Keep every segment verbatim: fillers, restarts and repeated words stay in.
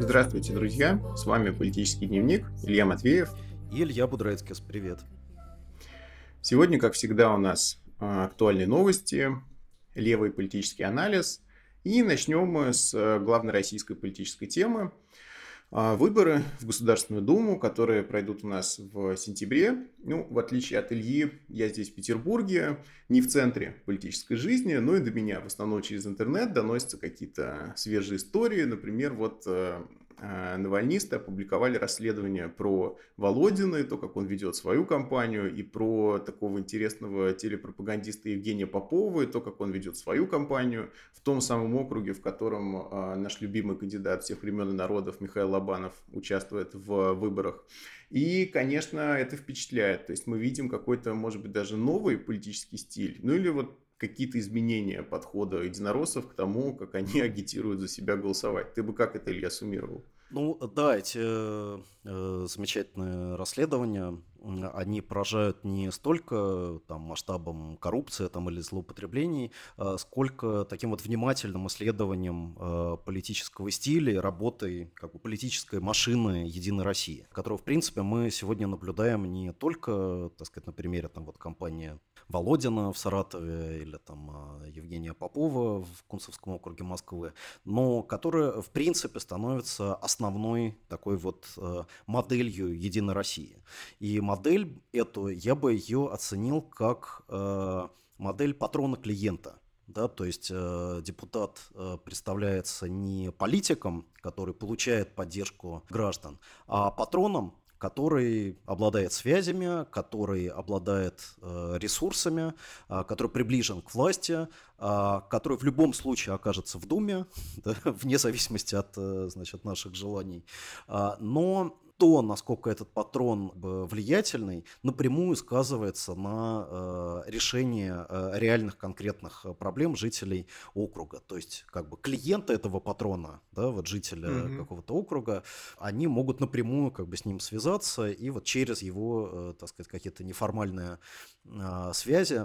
Здравствуйте, друзья! С вами «Политический дневник», Илья Матвеев. И Илья Будрайцкис. Привет. Сегодня, как всегда, у нас а, актуальные новости, левый политический анализ. И начнем мы с а, главной российской политической темы. А, Выборы в Государственную Думу, которые пройдут у нас в сентябре. Ну, в отличие от Ильи, я здесь в Петербурге, не в центре политической жизни, но и до меня в основном через интернет доносятся какие-то свежие истории. Например, вот а, а, навальнисты опубликовали расследование про Володина и то, как он ведет свою кампанию, и про такого интересного телепропагандиста Евгения Попова, и то, как он ведет свою кампанию в том самом округе, в котором а, наш любимый кандидат всех времен и народов Михаил Лобанов участвует в выборах. И, конечно, это впечатляет. То есть мы видим какой-то, может быть, даже новый политический стиль, ну или вот какие-то изменения подхода единороссов к тому, как они агитируют за себя голосовать. Ты бы как это, Илья, суммировал? Ну да, эти э, замечательные расследования, м, они поражают не столько там, масштабом коррупции там, или злоупотреблений, а сколько таким вот внимательным исследованием э, политического стиля и работой как бы, политической машины «Единой России», которую, в принципе, мы сегодня наблюдаем не только, так сказать, на примере там, вот, кампании Володина в Саратове или там, Евгения Попова в Кунцевском округе Москвы, но которая, в принципе, становится основной такой вот э, моделью «Единой России». И модель эту, я бы ее оценил как э, модель патрона клиента. Да, то есть э, депутат э, представляется не политиком, который получает поддержку граждан, а патроном, который обладает связями, который обладает э, ресурсами, э, который приближен к власти, э, который в любом случае окажется в Думе, да, вне зависимости от э, значит, наших желаний. А, но то, насколько этот патрон э, влиятельный, напрямую сказывается на э, решении э, реальных конкретных э, проблем жителей округа. То есть как бы клиенты этого патрона, да, вот жителя Мгм. какого-то округа, они могут напрямую как бы с ним связаться и вот через его, э, так сказать, какие-то неформальные э, связи,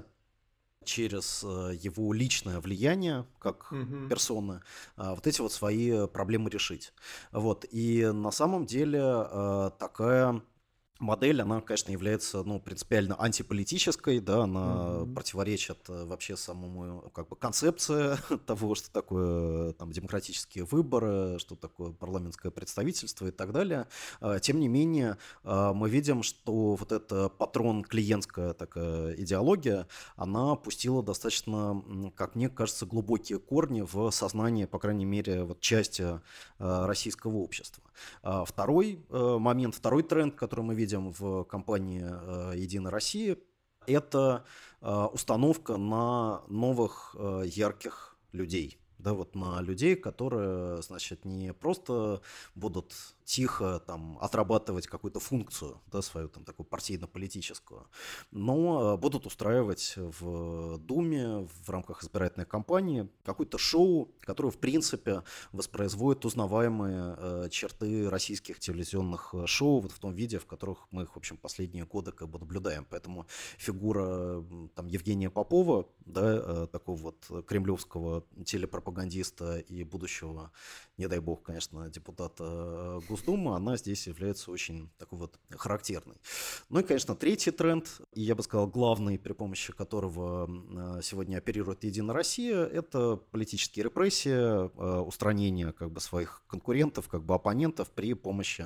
через э, его личное влияние как Мгм. персоны, а, вот эти вот свои проблемы решить. Вот. И на самом деле э, такая модель, она, конечно, является, ну, принципиально антиполитической, да, она Мгм. противоречит э, вообще самому, как бы, концепции того, что такое там демократические выборы, что такое парламентское представительство и так далее. А, Тем не менее, а, мы видим, что вот эта патрон-клиентская такая идеология, она пустила достаточно, м, как мне кажется, глубокие корни в сознание, по крайней мере, вот части а, российского общества. А Второй э, момент, второй тренд, который мы видим в кампании э, «Единая Россия», это э, установка на новых э, ярких людей. Да, вот на людей, которые, значит, не просто будут тихо там отрабатывать какую-то функцию, да, свою там такую партийно-политическую, но э, будут устраивать в Думе в рамках избирательной кампании какое-то шоу, которое, в принципе, воспроизводит узнаваемые э, черты российских телевизионных э, шоу вот в том виде, в которых мы их, в общем, последние годы как бы наблюдаем. Поэтому фигура м, там, Евгения Попова, да, э, такого вот кремлевского телепропагандиста и будущего, не дай бог, конечно, депутата э, Госдумы, она здесь является очень такой вот характерной. Ну и, конечно, третий тренд, и я бы сказал главный, при помощи которого э, сегодня оперирует «Единая Россия», это политические репрессии, э, устранение как бы своих конкурентов, как бы оппонентов при помощи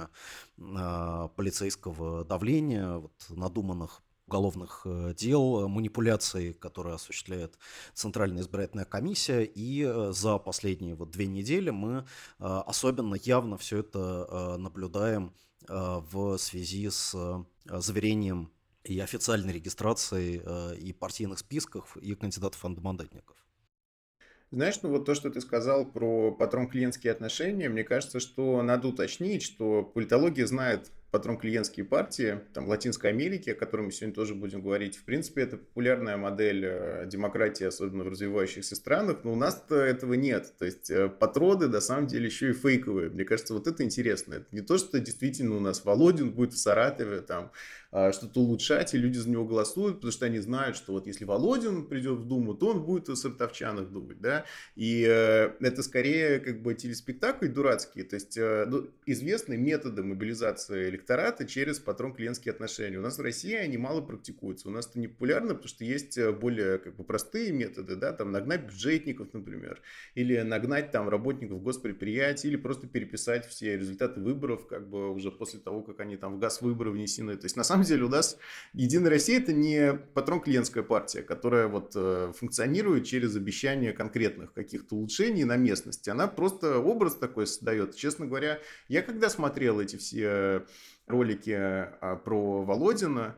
э, полицейского давления, вот, надуманных уголовных э, дел, манипуляций, которые осуществляет Центральная избирательная комиссия. И э, за последние вот две недели мы э, особенно явно все это э, наблюдаем э, в связи с э, заверением и официальной регистрацией э, и партийных списков, и кандидатов-андмандатников. Знаешь, ну вот то, что ты сказал про патрон-клиентские отношения, мне кажется, что надо уточнить, что политология знает патрон-клиентские партии, там, Латинской Америки, о которой мы сегодня тоже будем говорить. В принципе, это популярная модель э, демократии, особенно в развивающихся странах, но у нас-то этого нет. То есть э, патроны, на самом деле, еще и фейковые. Мне кажется, вот это интересно. Это не то, что действительно у нас Володин будет в Саратове, там, а, что-то улучшать, и люди за него голосуют, потому что они знают, что вот если Володин придет в Думу, то он будет о сартовчанах думать, да, и э, это скорее как бы телеспектакль дурацкий, то есть э, ну, известны методы мобилизации электората через патрон-клиентские отношения. У нас в России они мало практикуются, у нас это не популярно, потому что есть более как бы простые методы, да, там нагнать бюджетников, например, или нагнать там работников госпредприятий, или просто переписать все результаты выборов, как бы уже после того, как они там в газ-выборы внесены. То есть на самом деле у нас Единая Россия это не патрон-клиентская партия, которая вот э, функционирует через обещание конкретных каких-то улучшений на местности. Она просто образ такой создает. Честно говоря, я когда смотрел эти все ролики а, про Володина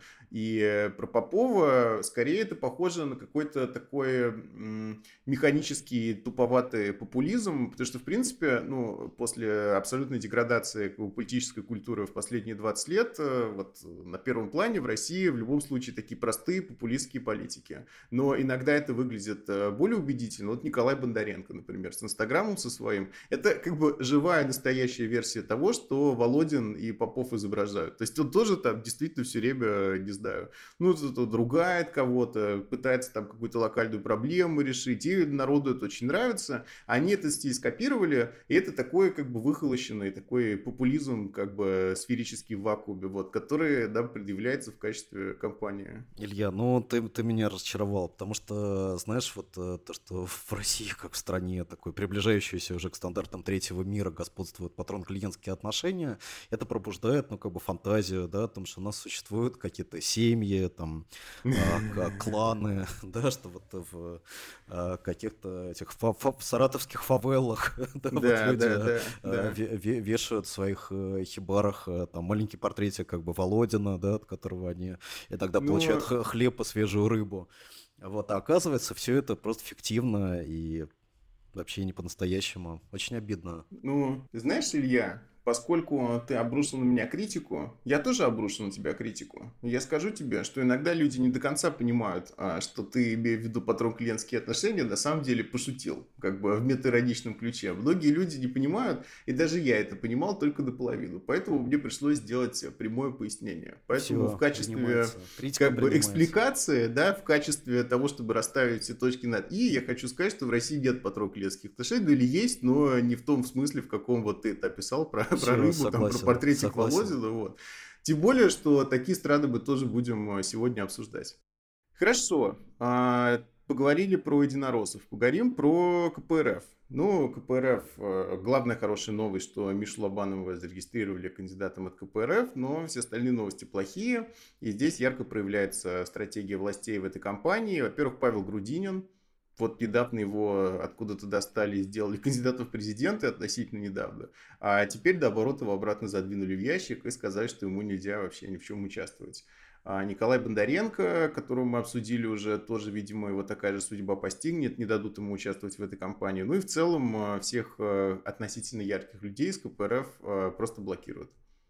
и про Попова, скорее это похоже на какой-то такой м, механический туповатый популизм, потому что, в принципе, ну, после абсолютной деградации политической культуры в последние двадцать лет, вот на первом плане в России в любом случае такие простые популистские политики. Но иногда это выглядит более убедительно. Вот Николай Бондаренко, например, с Инстаграмом со своим. Это как бы живая, настоящая версия того, что Володин и Попов изображают. То есть он тоже там действительно все время, не знаю, ну, тут ругает кого-то, пытается там какую-то локальную проблему решить, и народу это очень нравится. Они этот стиль скопировали, и это такой как бы выхолощенный, такой популизм как бы сферический в вакууме, вот, который, да, предъявляется в качестве кампании. Илья, ну ты, ты меня разочаровал, потому что, знаешь, вот э, то, что в России, как в стране, такой приближающейся уже к стандартам третьего мира господствуют патрон-клиентские отношения, это пробуждает, ну, как бы фантазию, да, о том, что у нас существуют какие-то семьи, там, а, к- кланы, да, что вот в а, каких-то этих фа- фа- саратовских фавелах, да, вот Да, люди да, а, да, а, да. ве- ве- вешают в своих э, хибарах а, там маленький портретик как бы Володина, да, от которого они иногда получают Ну, х- хлеб и свежую рыбу. Вот, а оказывается, все это просто фиктивно и вообще не по-настоящему. Очень обидно. Ну, ты знаешь, Илья, поскольку ты обрушил на меня критику, я тоже обрушу на тебя критику. Я скажу тебе, что иногда люди не до конца понимают, а, что ты, имея в виду патрон-клиентские отношения, на самом деле пошутил, как бы в метаироничном ключе. Многие люди не понимают, и даже я это понимал только наполовину. Поэтому мне пришлось сделать прямое пояснение. Поэтому в Все качестве принимается. Критика как бы принимается. экспликации, да, в качестве того, чтобы расставить все точки над «и», я хочу сказать, что в России нет патрон-клиентских отношений, ну или есть, но не в том смысле, в каком вот ты это описал про, про Все, рыбу, там, про согласен, портретик согласен. Володина, вот. Тем более, что такие страны мы тоже будем э, сегодня обсуждать. Хорошо, а, поговорили про единороссов, поговорим про ка пэ эр эф. Ну, ка пэ эр эф, э, главная хорошая новость, что Мишу Лобанова зарегистрировали кандидатом от ка пэ эр эф, но все остальные новости плохие, и здесь ярко проявляется стратегия властей в этой кампании. Во-первых, Павел Грудинин, вот недавно его откуда-то достали и сделали кандидатом в президенты относительно недавно, а теперь, наоборот, его обратно задвинули в ящик и сказали, что ему нельзя вообще ни в чем участвовать. А Николай Бондаренко, которого мы обсудили уже, тоже, видимо, его такая же судьба постигнет, не дадут ему участвовать в этой кампании. Ну и в целом э, всех э, относительно ярких людей из ка пэ эр эф э, просто блокируют.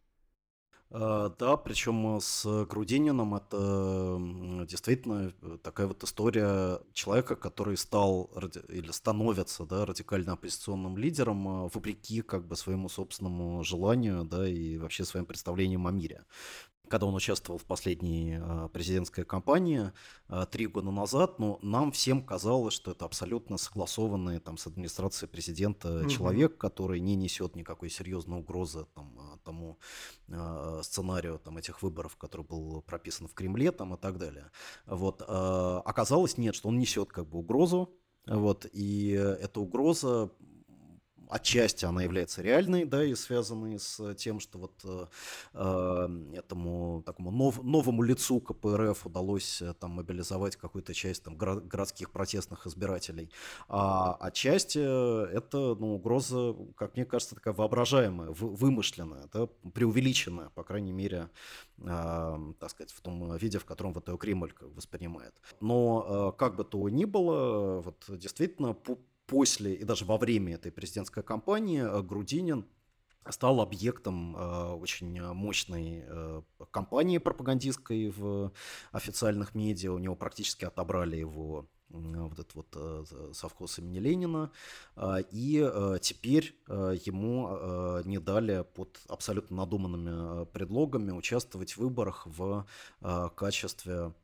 А, Да, причем с Грудининым это м, действительно э, такая вот история человека, который стал ради- или становится, да, радикально оппозиционным лидером, а, вопреки как бы своему собственному желанию, да, и вообще своим представлениям о мире. Когда он участвовал в последней а, президентской кампании а, три года назад, но нам всем казалось, что это абсолютно согласованный там, с администрацией президента Мгм. человек, который не несет никакой серьезной угрозы там, а, тому а, сценарию там, этих выборов, который был прописан в Кремле там, и так далее. Вот. а, Оказалось, нет, что он несет как бы угрозу, вот, и эта угроза отчасти она является реальной, да, и связанной с тем, что вот э, э, этому такому нов- новому лицу ка пэ эр эф удалось э, там мобилизовать какую-то часть там гора- городских протестных избирателей. А отчасти это, ну, угроза, как мне кажется, такая воображаемая, вы- вымышленная, да, преувеличенная, по крайней мере, э, так сказать, в том виде, в котором вот ее Кремль как бы воспринимает. Но э, как бы то ни было, вот действительно по- после и даже во время этой президентской кампании э, Грудинин стал объектом э, очень мощной э, кампании пропагандистской в официальных медиа. У него практически отобрали его вот этот вот э, совхоз имени Ленина, а, и э, теперь э, ему э, не дали под абсолютно надуманными э, предлогами участвовать в выборах в э, качестве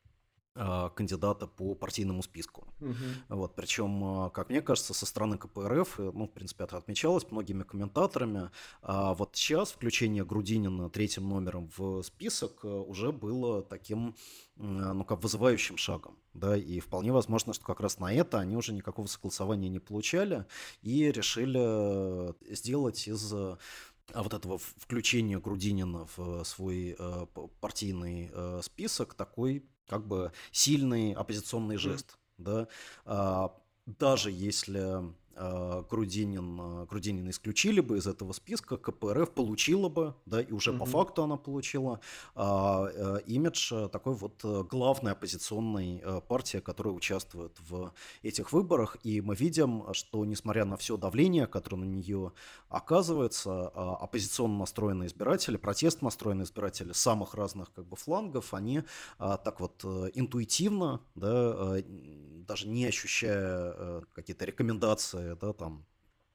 э, кандидата по партийному списку. Мгм. Вот, причем, э, как мне кажется, со стороны ка пэ эр эф, э, ну, в принципе, это отмечалось многими комментаторами, а вот сейчас включение Грудинина третьим номером в список э, уже было таким, м, ну, как вызывающим шагом, да, и вполне возможно, что как раз на это они уже никакого согласования не получали и решили э, сделать из э, а вот этого в- включения Грудинина в э, свой э, п- партийный э, список такой как бы сильный оппозиционный Мгм. жест, да. А, даже если а, Грудинин, а, Грудинина исключили бы из этого списка, ка пэ эр эф получила бы, да, и уже по Мгм. факту она получила а, э, имидж э, такой вот э, главной оппозиционной э, партии, которая участвует в этих выборах, и мы видим, что несмотря на все давление, которое на нее оказывается, а, оппозиционно настроенные избиратели, протестно настроенные избиратели самых разных как бы флангов, они а, так вот э, интуитивно, да, э, даже не ощущая э, какие-то рекомендации, да, там,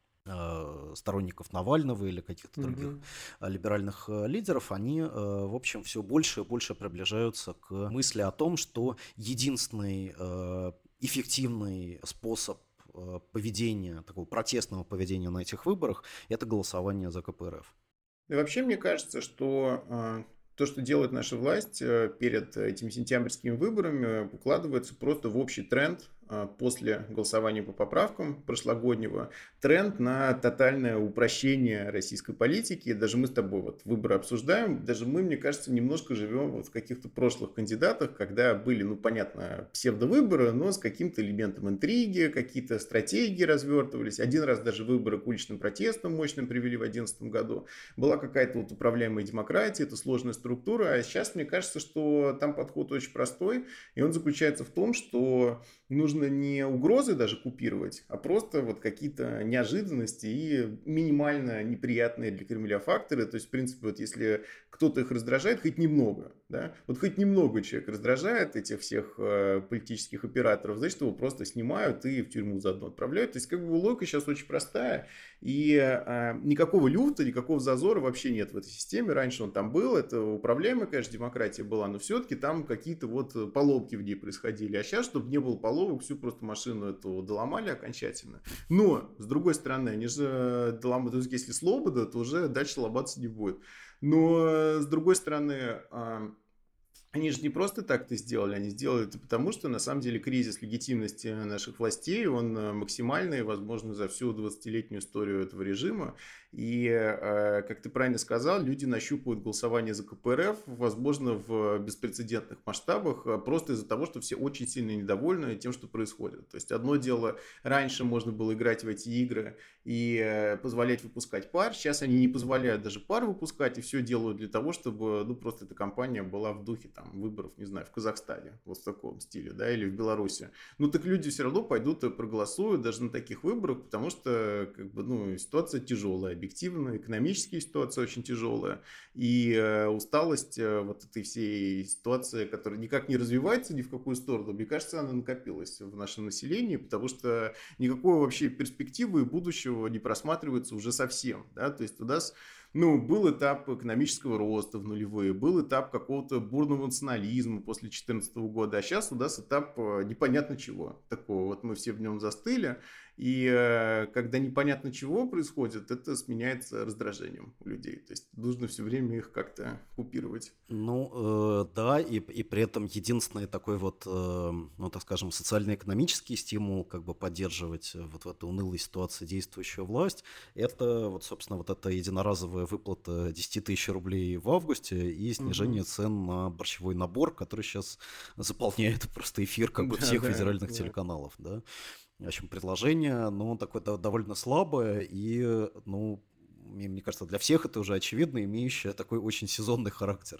э, сторонников Навального или каких-то других Мгм. э, либеральных э, лидеров, они, э, в общем, все больше и больше приближаются к мысли о том, что единственный э, эффективный способ э, поведения, такого протестного поведения на этих выборах, это голосование за ка пэ эр эф. И вообще, мне кажется, что а, то, что делает наша власть э, перед этими сентябрьскими выборами, укладывается просто в общий тренд а, после голосования по поправкам прошлогоднего, тренд на тотальное упрощение российской политики. Даже мы с тобой вот выборы обсуждаем, даже мы, мне кажется, немножко живем вот в каких-то прошлых кандидатах, когда были, ну, понятно, псевдовыборы, но с каким-то элементом интриги, какие-то стратегии развертывались. Один раз даже выборы к уличным протестам мощным привели в две тысячи одиннадцатом году. Была какая-то вот управляемая демократия, это сложная структура, а сейчас мне кажется, что там подход очень простой, и он заключается в том, что нужно не угрозы даже купировать, а просто вот какие-то неожиданности и минимально неприятные для Кремля факторы. То есть, в принципе, вот если кто-то их раздражает, хоть немного, да, вот хоть немного человек раздражает этих всех э, политических операторов, значит, его просто снимают и в тюрьму заодно отправляют. То есть, как бы логика сейчас очень простая, и э, никакого люфта, никакого зазора вообще нет в этой системе. Раньше он там был, это управляемая, конечно, демократия была, но все-таки там какие-то вот поломки в ней происходили. А сейчас, чтобы не было поломок, всю просто машину эту доломали окончательно. Но, с другой стороны, они же доломали, то есть если слобода, то уже дальше ломаться не будет. Но, с другой стороны, а, они же не просто так это сделали, они сделали это потому, что на самом деле кризис легитимности наших властей, он э, максимальный, возможно, за всю двадцатилетнюю историю этого режима. И, э, как ты правильно сказал, люди нащупывают голосование за ка пэ эр эф, возможно, в беспрецедентных масштабах, э, просто из-за того, что все очень сильно недовольны тем, что происходит. То есть одно дело, раньше можно было играть в эти игры и э, позволять выпускать пар, сейчас они не позволяют даже пар выпускать, и все делают для того, чтобы, ну, просто эта компания была в духе там выборов, не знаю, в Казахстане, вот в таком стиле, да, или в Беларуси. Ну, так люди все равно пойдут и проголосуют даже на таких выборах, потому что, как бы, ну, ситуация тяжелая, объективно, экономическая ситуация очень тяжелая, и э, усталость э, вот этой всей ситуации, которая никак не развивается ни в какую сторону, мне кажется, она накопилась в нашем населении, потому что никакой вообще перспективы будущего не просматривается уже совсем, да, то есть у нас, ну, был этап экономического роста в нулевые, был этап какого-то бурного национализма после две тысячи четырнадцатого года, а сейчас у нас этап э, непонятно чего такого. Вот мы все в нем застыли, и э, когда непонятно чего происходит, это сменяется раздражением у людей. То есть нужно все время их как-то купировать. Ну, э, да, и, и при этом единственный такой вот, э, ну, так скажем, социально-экономический стимул как бы поддерживать э, вот в этой унылой ситуации действующую власть, это вот, собственно, вот эта единоразовая выплата десять тысяч рублей в августе и снижение Мгм. цен на борщевой набор, который сейчас заполняет просто эфир как бы Да, всех да, федеральных да. телеканалов, да. В общем, предложение, ну, такое до- довольно слабое и, ну, мне, мне кажется, для всех это уже очевидно, имеющее такой очень сезонный характер, да,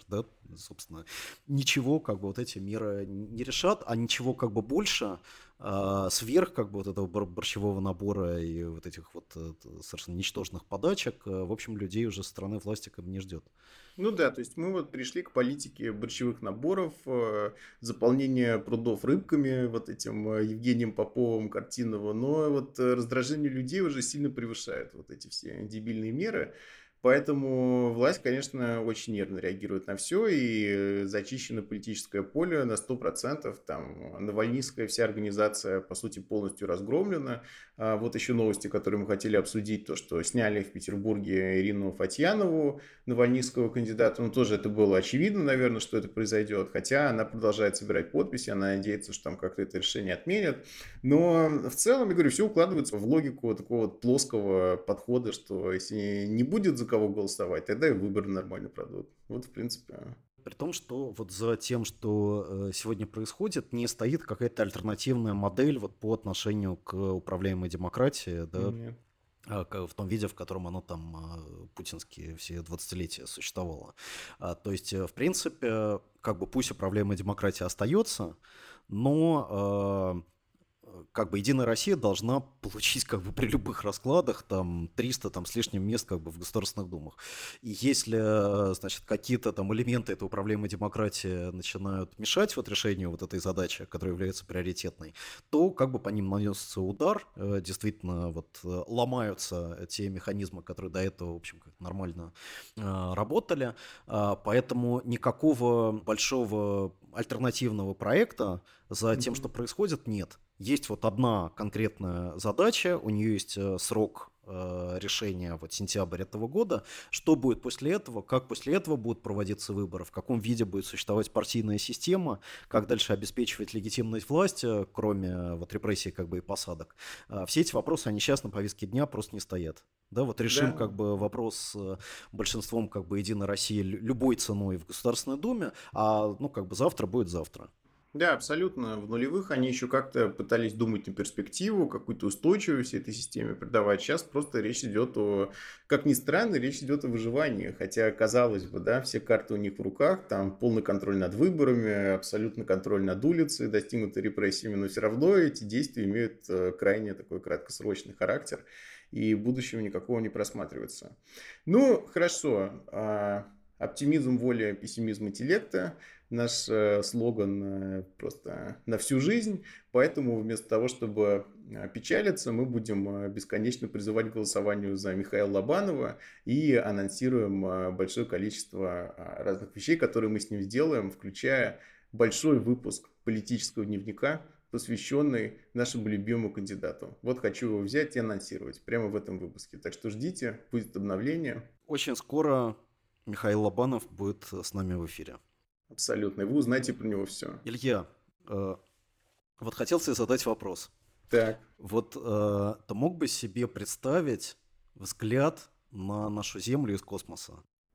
собственно, ничего как бы вот эти меры не решат, а ничего как бы больше а, сверх как бы вот этого бор- борщевого набора и вот этих вот э, т- совершенно ничтожных подачек, э, в общем, людей уже со стороны власти как бы не ждет. Ну да, то есть мы вот пришли к политике борщевых наборов, э, заполнения прудов рыбками, вот этим э, Евгением Поповым Картинова, но вот э, раздражение людей уже сильно превышает вот эти все дебильные меры. Поэтому власть, конечно, очень нервно реагирует на все, и э, зачищено политическое поле на сто процентов. Там Навальнистская вся организация, по сути, полностью разгромлена. А вот еще новости, которые мы хотели обсудить, то, что сняли в Петербурге Ирину Фатьянову, навальнистского кандидата. Ну, тоже это было очевидно, наверное, что это произойдет. Хотя она продолжает собирать подписи, она надеется, что там как-то это решение отменят. Но в целом, я говорю, все укладывается в логику такого вот плоского подхода, что если не будет за кого голосовать, тогда и выборы нормально пройдут. Вот, в принципе. При том, что вот за тем, что э, сегодня происходит, не стоит какая-то альтернативная модель вот по отношению к управляемой демократии, да, Нет. а, к- в том виде, в котором оно там а, путинские все двадцатилетия существовало. А, То есть, э, в принципе, как бы пусть управляемая демократия остается, но а, э, как бы Единая Россия должна получить как бы при любых раскладах там триста там с лишним мест как бы в государственных думах. И если, э, значит, какие-то там элементы этой управляемой демократии начинают мешать вот решению вот этой задачи, которая является приоритетной, то как бы по ним нанесется удар, э, действительно вот э, ломаются те механизмы, которые до этого, в общем, как нормально э, работали. А, Поэтому никакого большого альтернативного проекта за тем, что Мгм. происходит, нет. Есть вот одна конкретная задача, у нее есть э, срок э, решения вот сентябрь этого года. Что будет после этого, как после этого будут проводиться выборы, в каком виде будет существовать партийная система, как дальше обеспечивать легитимность власти, кроме э, вот репрессий как бы и посадок. А, Все эти вопросы, они сейчас на повестке дня просто не стоят. Да, вот решим Да. как бы вопрос э, большинством как бы Единой России лю- любой ценой в Государственной Думе, а ну как бы завтра будет завтра. Да, абсолютно. В нулевых они еще как-то пытались думать на перспективу, какую-то устойчивость этой системе придавать. Сейчас просто речь идет о, как ни странно, речь идет о выживании. Хотя, казалось бы, да, все карты у них в руках, там полный контроль над выборами, абсолютно контроль над улицей, достигнуты репрессиями, но все равно эти действия имеют э, крайне такой краткосрочный характер, и будущего никакого не просматривается. Ну, хорошо. А, Оптимизм, воля, пессимизм, интеллекта наш э, слоган э, просто на всю жизнь. Поэтому вместо того, чтобы э, печалиться, мы будем э, бесконечно призывать к голосованию за Михаила Лобанова и анонсируем э, большое количество э, разных вещей, которые мы с ним сделаем, включая большой выпуск политического дневника, посвященный нашему любимому кандидату. Вот хочу его взять и анонсировать прямо в этом выпуске. Так что ждите, будет обновление. Очень скоро Михаил Лобанов будет с нами в эфире. Абсолютно. И вы узнаете про него все. Илья, э, вот хотел тебе задать вопрос. Так. Вот э, ты мог бы себе представить взгляд на нашу Землю из космоса?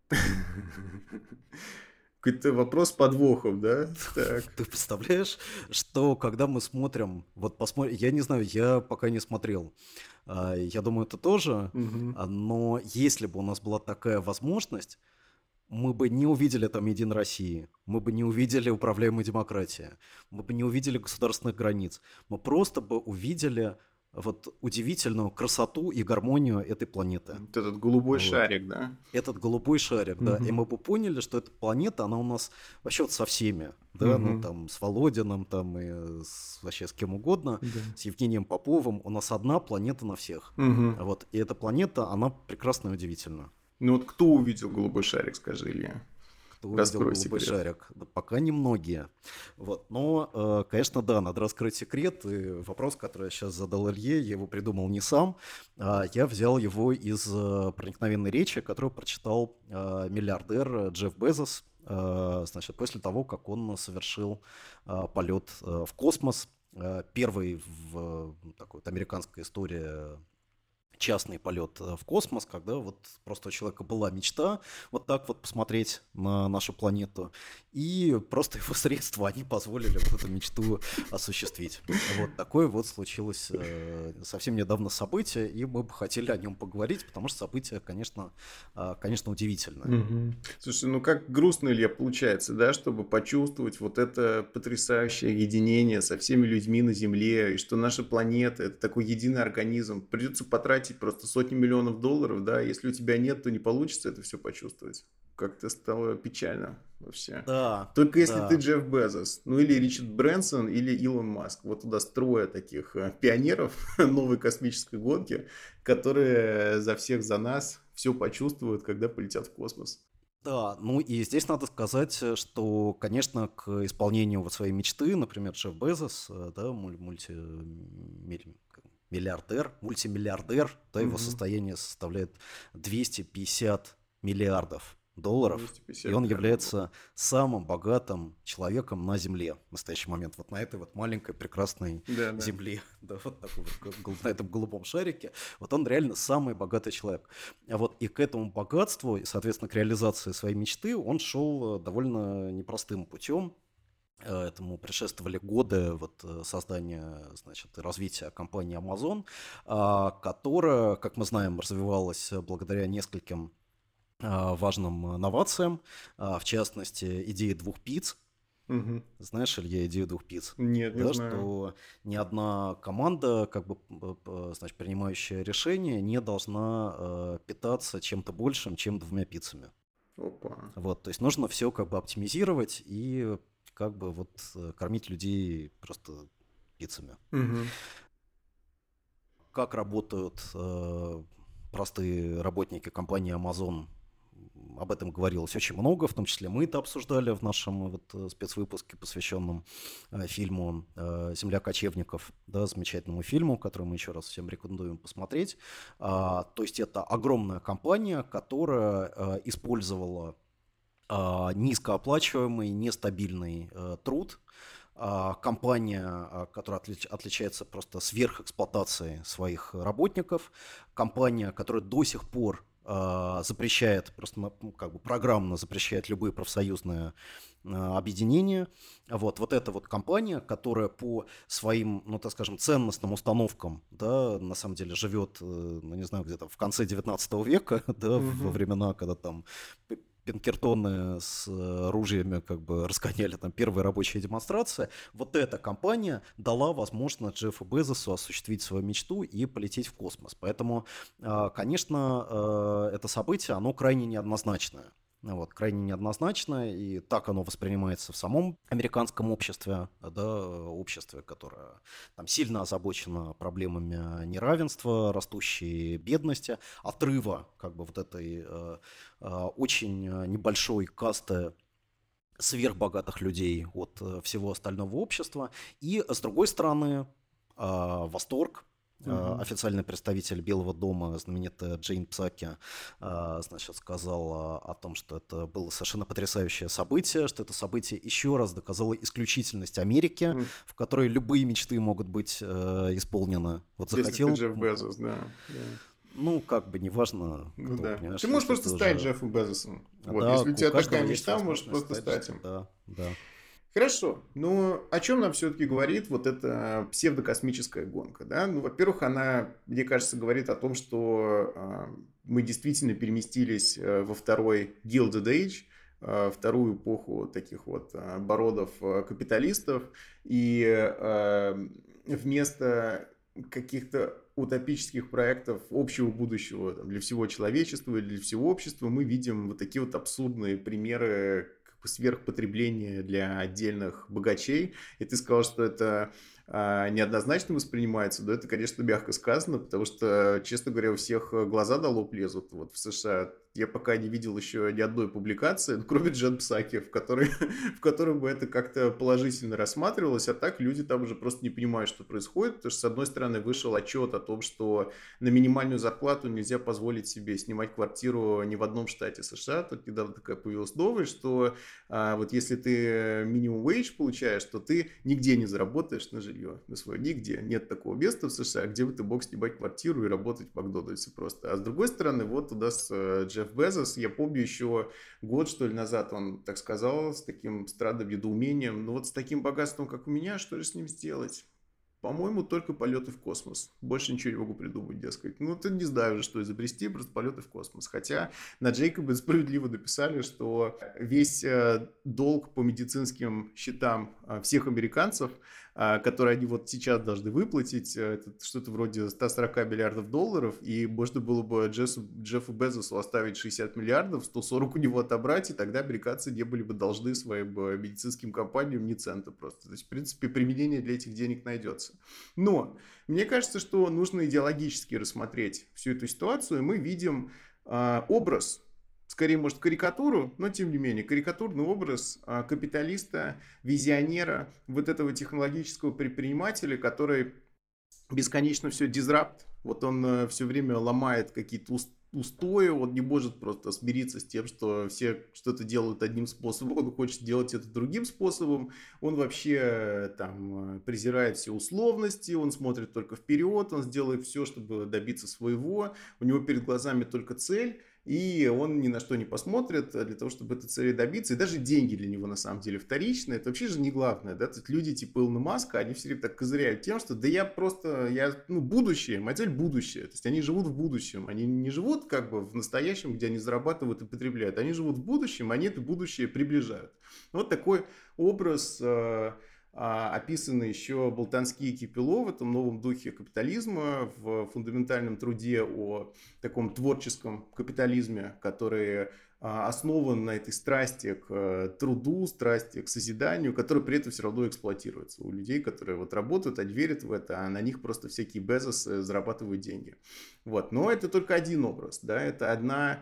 Какой-то вопрос с подвохом, да? Так. Ты представляешь, что когда мы смотрим, вот посмотрим, я не знаю, я пока не смотрел, а, я думаю, ты тоже, Мгм. а, но если бы у нас была такая возможность, мы бы не увидели там Единой России, мы бы не увидели управляемой демократии, мы бы не увидели государственных границ, мы просто бы увидели вот удивительную красоту и гармонию этой планеты. Вот этот голубой Вот. шарик, да? Этот голубой шарик, да, и Мгм. мы бы поняли, что эта планета, она у нас вообще вот со всеми, да, ну Мгм. там с Володиным, там и с, вообще с кем угодно, Да. с Евгением Поповым, у нас одна планета на всех. Мгм. Вот, и эта планета, она прекрасна и удивительна. Ну вот кто увидел голубой шарик, скажи, Илья? Кто увидел Раскрой голубой секрет. шарик? Да пока немногие. Вот. Но, э, конечно, да, надо раскрыть секрет. И вопрос, который я сейчас задал Илье, я его придумал не сам. а Я взял его из э, проникновенной речи, которую прочитал э, миллиардер Джефф Безос, э, значит, после того, как он совершил э, полет э, в космос. Э, Первый в э, такой вот американской истории частный полет в космос, когда вот просто у человека была мечта вот так вот посмотреть на нашу планету, и просто его средства, они позволили вот эту мечту осуществить. Вот такое вот случилось э, совсем недавно событие, и мы бы хотели о нем поговорить, потому что событие, конечно, э, конечно, удивительное. Мгм. Слушай, ну как грустно, Илья, получается, да, чтобы почувствовать вот это потрясающее единение со всеми людьми на Земле, и что наша планета — это такой единый организм. Придется потратить просто сотни миллионов долларов, да, если у тебя нет, то не получится это все почувствовать. Как-то стало печально вообще. Да, Только если ты да. Джефф Безос, ну или Ричард Брэнсон, или Илон Маск. Вот туда строя таких э, пионеров новой космической гонки, которые за всех за нас все почувствуют, когда полетят в космос. Да, ну и здесь надо сказать, э, что, конечно, к исполнению вот своей мечты, например, Джефф Безос, э, да, муль- мультимиллиардер, мультимиллиардер, да, его Мгм. состояние составляет двести пятьдесят миллиардов долларов, и двести пятьдесят он миллиардов долларов. является самым богатым человеком на Земле в настоящий момент, вот на этой вот маленькой прекрасной Да, да. Земле, да, вот такой вот гол- гол- на этом голубом шарике, вот он реально самый богатый человек. А вот и к этому богатству, и, соответственно, к реализации своей мечты он шел э, довольно непростым путем. Э, Этому предшествовали годы вот, э, создания, значит, и развития компании Amazon, а, которая, как мы знаем, развивалась э, благодаря нескольким а, важным э, новациям, а, в частности, идеи двух пиц. Мгм. Знаешь, Илья, идею двух пиц? Нет, не Да, знаю. что ни одна команда, как бы, п- п- значит, принимающая решение, не должна э, питаться чем-то большим, чем двумя пиццами. Опа. Вот, то есть нужно все как бы оптимизировать и как бы вот э, кормить людей просто пиццами. Мгм. Как работают э, простые работники компании Amazon? Об этом говорилось очень много, в том числе мы это обсуждали в нашем вот э, спецвыпуске, посвященном э, фильму э, «Земля кочевников», да, замечательному фильму, который мы еще раз всем рекомендуем посмотреть. А, то есть это огромная компания, которая э, использовала а, низкооплачиваемый, нестабильный э, труд. А, компания, а, которая отлич- отличается просто сверхэксплуатацией своих работников, компания, которая до сих пор а, запрещает, просто на- ну, как бы программно запрещает любые профсоюзные а, объединения. Вот, вот эта вот компания, которая по своим, ну так скажем, ценностным установкам, да, на самом деле живет, э, ну не знаю, где-то в конце девятнадцатого века, да, во Мгм. времена, когда там п- Пинкертоны с э, ружьями как бы разгоняли там первые рабочие демонстрации. Вот эта компания дала возможность Джеффу Безосу осуществить свою мечту и полететь в космос. Поэтому, э, конечно, э, это событие, оно крайне неоднозначное. Ну вот, крайне неоднозначно, и так оно воспринимается в самом американском обществе, да, обществе, которое там сильно озабочено проблемами неравенства, растущей бедности, отрыва как бы вот этой э, э, очень э, небольшой касты сверхбогатых людей от э, всего остального общества. И, с другой стороны, э, восторг. Э, Мгм. Официальный представитель Белого дома, знаменитая Джейн Псаки, э, значит, сказала о том, что это было совершенно потрясающее событие, что это событие еще раз доказало исключительность Америки, М. в которой любые мечты могут быть э, исполнены. Вот Если ты захотел, Джефф м, Безос, да. Да. ну, как бы, неважно Ну кто, да. Ты понимаешь, можешь если просто ты стать уже... Джеффом Безосом. Вот. Да, Если у у тебя каждого такая есть мечта, можешь возможность просто стать... стать им. Да, да. Хорошо. Ну, о чем нам все-таки говорит вот эта псевдокосмическая гонка, да? Ну, во-первых, она, мне кажется, говорит о том, что э, мы действительно переместились э, во второй Gilded Age, э, вторую эпоху таких вот э, бородов э, капиталистов, и э, вместо каких-то утопических проектов общего будущего там, для всего человечества или для всего общества мы видим вот такие вот абсурдные примеры как бы сверхпотребления для отдельных богачей. И ты сказал, что это а, неоднозначно воспринимается, да, это, конечно, мягко сказано, потому что, честно говоря, у всех глаза на лоб лезут вот в США. Я пока не видел еще ни одной публикации, ну, кроме Джен Псаки, в которой, в которой бы это как-то положительно рассматривалось, а так люди там уже просто не понимают, что происходит, потому что, с одной стороны, вышел отчет о том, что на минимальную зарплату нельзя позволить себе снимать квартиру ни в одном штате США. Тут недавно такая появилась новость, что а, вот если ты минимум wage получаешь, то ты нигде не заработаешь на жилье, на свое, нигде. Нет такого места в США, где бы ты мог снимать квартиру и работать в Макдональдсе просто. А с другой стороны, вот у нас Джефф Безос, я помню еще год, что ли, назад он так сказал, с таким странным недоумением, ну вот с таким богатством, как у меня, что же с ним сделать? По-моему, только полеты в космос. Больше ничего не могу придумать, дескать. Ну, ты не знаю уже, что изобрести, просто полеты в космос. Хотя на Джейкобе справедливо написали, что весь э, долг по медицинским счетам э, всех американцев, э, которые они вот сейчас должны выплатить, э, это что-то вроде сто сорок миллиардов долларов, и можно было бы Джессу, Джеффу Безосу оставить шестьдесят миллиардов, сто сорок у него отобрать, и тогда американцы не были бы должны своим э, медицинским компаниям ни цента просто. То есть, в принципе, применение для этих денег найдется. Но мне кажется, что нужно идеологически рассмотреть всю эту ситуацию, и мы видим э, образ, скорее, может, карикатуру, но тем не менее, карикатурный образ э, капиталиста, визионера, вот этого технологического предпринимателя, который бесконечно все дизрапт, вот он э, все время ломает какие-то уст устои, он не может просто смириться с тем, что все что-то делают одним способом, он хочет делать это другим способом, он вообще там презирает все условности, он смотрит только вперед, он сделает все, чтобы добиться своего, у него перед глазами только цель, и он ни на что не посмотрит для того, чтобы этой цели добиться. И даже деньги для него на самом деле вторичны. Это вообще же не главное. Да? Тут люди типа Илона Маска, они все время так козыряют тем, что да я просто, я, ну, будущее, моя цель будущее. То есть они живут в будущем. Они не живут как бы в настоящем, где они зарабатывают и потребляют. Они живут в будущем, они это будущее приближают. Вот такой образ... описаны еще Болтански и Кипелов в этом новом духе капитализма, в фундаментальном труде о таком творческом капитализме, который основан на этой страсти к труду, страсти к созиданию, который при этом все равно эксплуатируется у людей, которые вот работают, они верят в это, а на них просто всякие Безосы зарабатывают деньги. Вот. Но это только один образ, да, это одна,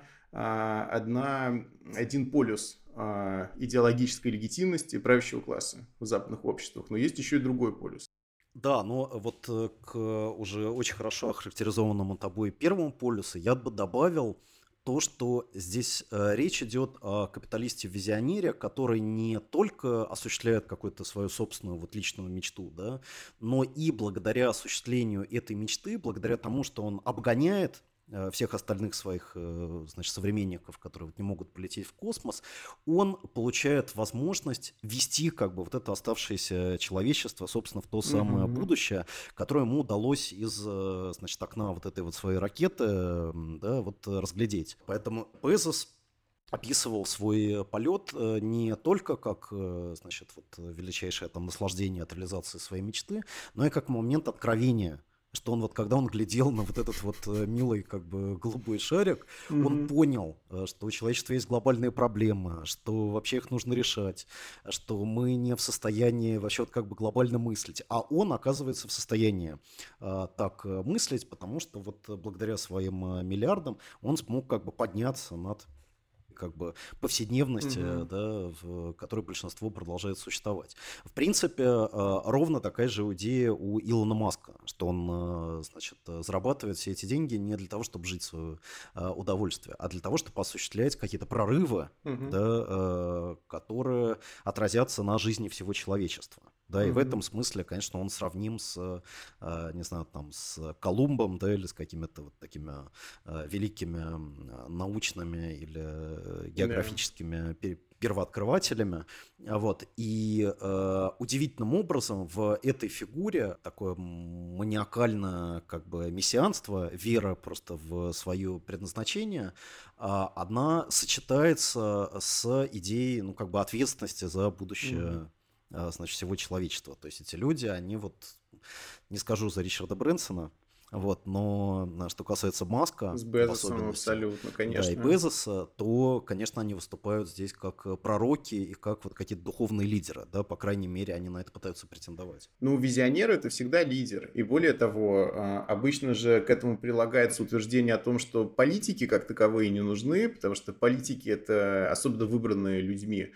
одна, один полюс идеологической легитимности правящего класса в западных обществах. Но есть еще и другой полюс. Да, но вот к уже очень хорошо охарактеризованному тобой первому полюсу я бы добавил то, что здесь э, речь идет о капиталисте-визионере, который не только осуществляет какую-то свою собственную вот личную мечту, да, но и благодаря осуществлению этой мечты, благодаря тому, что он обгоняет всех остальных своих, значит, современников, которые вот не могут полететь в космос, он получает возможность вести как бы вот это оставшееся человечество, собственно, в то самое mm-hmm. будущее, которое ему удалось из, значит, окна вот этой вот своей ракеты, да, вот разглядеть. Поэтому Безос описывал свой полет не только как, значит, вот величайшее там наслаждение от реализации своей мечты, но и как момент откровения. Что он вот, когда он глядел на вот этот вот милый как бы голубой шарик, mm-hmm. он понял, что у человечества есть глобальные проблемы, что вообще их нужно решать, что мы не в состоянии вообще вот как бы глобально мыслить. А он оказывается в состоянии а, так мыслить, потому что вот благодаря своим миллиардам он смог как бы подняться над как бы повседневности, mm-hmm. да, в которой большинство продолжает существовать. В принципе, ровно такая же идея у Илона Маска, что он, значит, зарабатывает все эти деньги не для того, чтобы жить в свое удовольствие, а для того, чтобы осуществлять какие-то прорывы, mm-hmm. да, которые отразятся на жизни всего человечества. Да, и mm-hmm. в этом смысле, конечно, он сравним с, не знаю, там, с Колумбом, да, или с какими-то вот такими великими научными или географическими yeah. первооткрывателями. Вот. И э, удивительным образом в этой фигуре такое маниакальное как бы мессианство, вера просто в свое предназначение, э, она сочетается с идеей, ну, как бы ответственности за будущее mm-hmm. значит, всего человечества. То есть эти люди, они вот, не скажу за Ричарда Брэнсона, Вот, но а, что касается Маска, С в Безосом особенности, абсолютно, да, и конечно. Безоса, то, конечно, они выступают здесь как э, пророки и как вот какие-то духовные лидеры, да, по крайней мере, они на это пытаются претендовать. Ну, визионер – это всегда лидер. И более того, а, обычно же к этому прилагается утверждение о том, что политики как таковые не нужны, потому что политики – это, особенно выбранные людьми,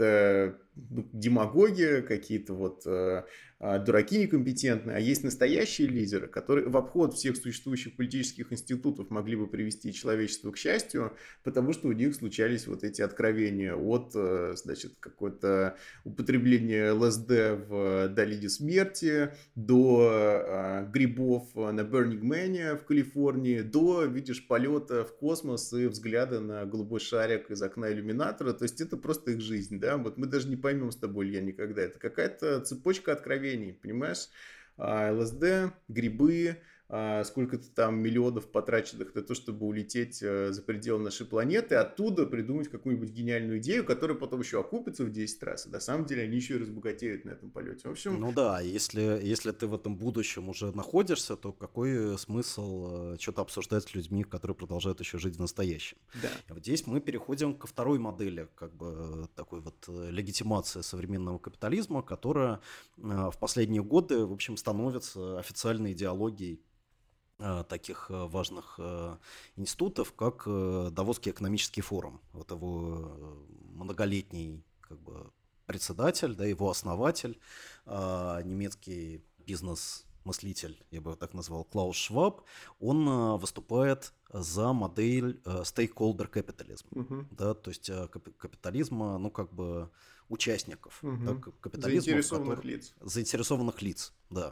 это ну, демагоги, какие-то вот э, а, дураки некомпетентные, а есть настоящие лидеры, которые в обход всех существующих политических институтов могли бы привести человечество к счастью, потому что у них случались вот эти откровения от, э, значит, какой-то употребление ЛСД в долине смерти, до э, грибов на Burning Man в Калифорнии, до, видишь, полета в космос и взгляда на голубой шарик из окна иллюминатора. То есть это просто их жизнь, да? Вот мы даже не поймем с тобой, Илья, никогда. Это какая-то цепочка откровений, понимаешь? А, ЛСД, грибы, а, сколько-то там миллионов потраченных на то, чтобы улететь э, за пределы нашей планеты, оттуда придумать какую-нибудь гениальную идею, которая потом еще окупится в десять раз, и на самом деле они еще и разбогатеют на этом полете. В общем, Ну да, если, если ты в этом будущем уже находишься, то какой смысл э, что-то обсуждать с людьми, которые продолжают еще жить в настоящем? да. И вот здесь мы переходим ко второй модели, как бы э, такой вот э, легитимации современного капитализма, которая э, в последние годы, в общем, становится официальной идеологией э, таких э, важных э, институтов, как э, Давосский экономический форум. Вот его э, многолетний как бы председатель, да, его основатель, э, немецкий бизнес-мыслитель, я бы его так назвал, Клаус Шваб, он э, выступает за модель э, stakeholder capitalism, Мгм. да, то есть э, кап- капитализма, ну, как бы участников, да, Мгм. к- капитализма, в Заинтересованных котором лиц. заинтересованных лиц, да.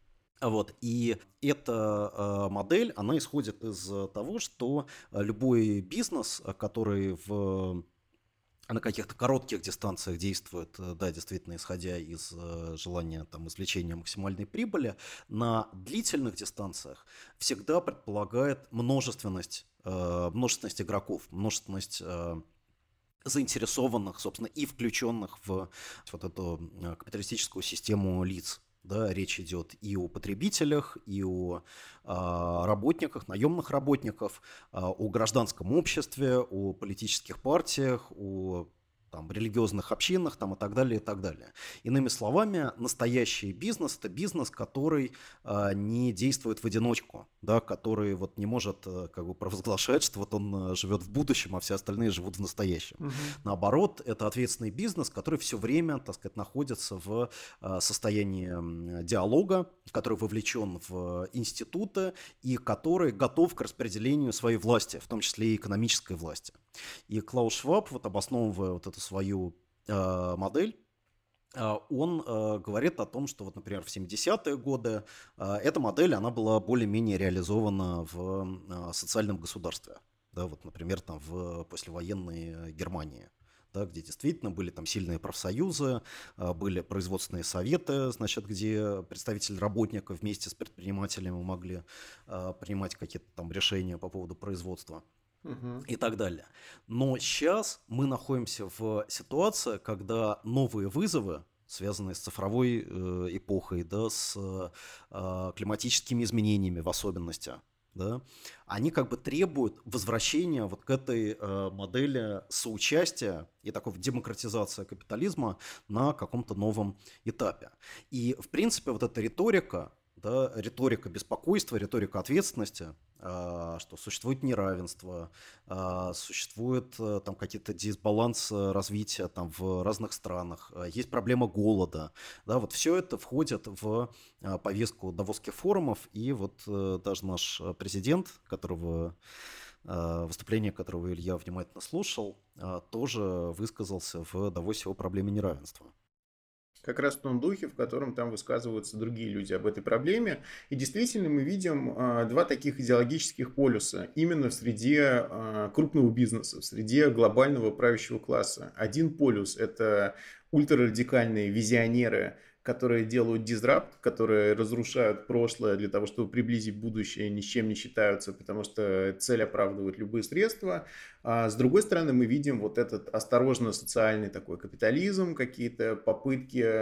А Вот. И эта э, модель, она исходит из э, того, что э, любой бизнес, э, который в, на каких-то коротких дистанциях действует, э, да, действительно, исходя из э, желания там, извлечения максимальной прибыли, на длительных дистанциях всегда предполагает множественность, э, множественность игроков, множественность э, заинтересованных, собственно, и включенных в вот эту э, капиталистическую систему лиц. Да, речь идет и о потребителях, и о а, работниках, наемных работников, а, о гражданском обществе, о политических партиях, о там, религиозных общинах там, и так далее, и так далее. Иными словами, настоящий бизнес – это бизнес, который а, не действует в одиночку, да, который вот не может а, как бы провозглашать, что вот он а, живет в будущем, а все остальные живут в настоящем. Мгм. Наоборот, это ответственный бизнес, который все время, так сказать, находится в а, состоянии м, диалога, который вовлечен в институты и который готов к распределению своей власти, в том числе и экономической власти. И Клаус Шваб, вот обосновывая вот эту свою э, модель, э, он э, говорит о том, что вот, например, в семидесятые годы э, эта модель, она была более-менее реализована в э, социальном государстве. Да, вот, например, там в послевоенной Германии, да, где действительно были там сильные профсоюзы, э, были производственные советы, значит, где представители работников вместе с предпринимателями могли э, принимать какие-то там решения по поводу производства Мгм. и так далее. Но сейчас мы находимся в ситуации, когда новые вызовы, связанные с цифровой э, эпохой, да, с э, климатическими изменениями в особенности, да, они как бы требуют возвращения вот к этой э, модели соучастия и такой демократизации капитализма на каком-то новом этапе. И, в принципе, вот эта риторика, да, риторика беспокойства, риторика ответственности, а, что существует неравенство, а, существует э, там какие-то дисбалансы развития там в разных странах, а, есть проблема голода, да, вот все это входит в а, повестку Давосских форумов, и вот э, даже наш э, президент, которого а, выступление которого Илья внимательно слушал, а, тоже высказался в Давосе о проблеме неравенства. Как раз в том духе, в котором там высказываются другие люди об этой проблеме. И действительно мы видим а, два таких идеологических полюса именно в среде а, крупного бизнеса, в среде глобального правящего класса. Один полюс – это ультрарадикальные визионеры, которые делают дизрапт, которые разрушают прошлое для того, чтобы приблизить будущее, ни с чем не считаются, потому что цель оправдывает любые средства. А с другой стороны, мы видим вот этот осторожно социальный такой капитализм, какие-то попытки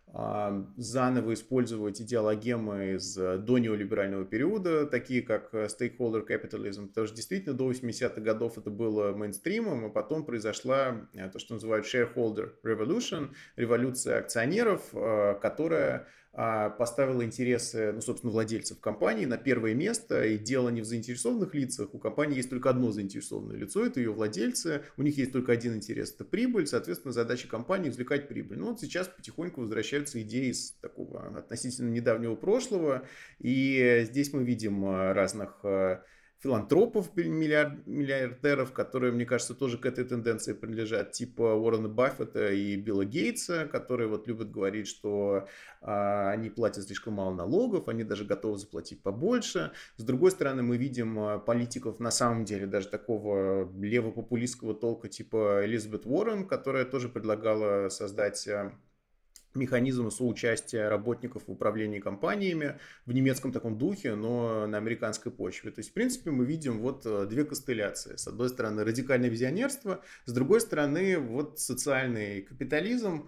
а, заново использовать идеологемы из э, донеолиберального периода, такие как э, stakeholder capitalism, потому что действительно до восьмидесятых годов это было мейнстримом, а потом произошла э, то, что называют shareholder revolution, революция акционеров, э, которая а, поставила интересы, ну, собственно, владельцев компании на первое место, и дело не в заинтересованных лицах, у компании есть только одно заинтересованное лицо, это ее владельцы, у них есть только один интерес, это прибыль, соответственно, задача компании извлекать прибыль. Ну, вот сейчас потихоньку возвращаются идеи из такого относительно недавнего прошлого, и здесь мы видим а, разных а, филантропов, миллиард, миллиардеров, которые, мне кажется, тоже к этой тенденции принадлежат, типа Уоррена Баффета и Билла Гейтса, которые вот любят говорить, что а, они платят слишком мало налогов, они даже готовы заплатить побольше. С другой стороны, мы видим а, политиков, на самом деле, даже такого левопопулистского толка, типа Элизабет Уоррен, которая тоже предлагала создать а, механизм соучастия работников в управлении компаниями в немецком таком духе, но на американской почве. То есть, в принципе, мы видим вот две констелляции. С одной стороны, радикальное визионерство, с другой стороны, вот социальный капитализм.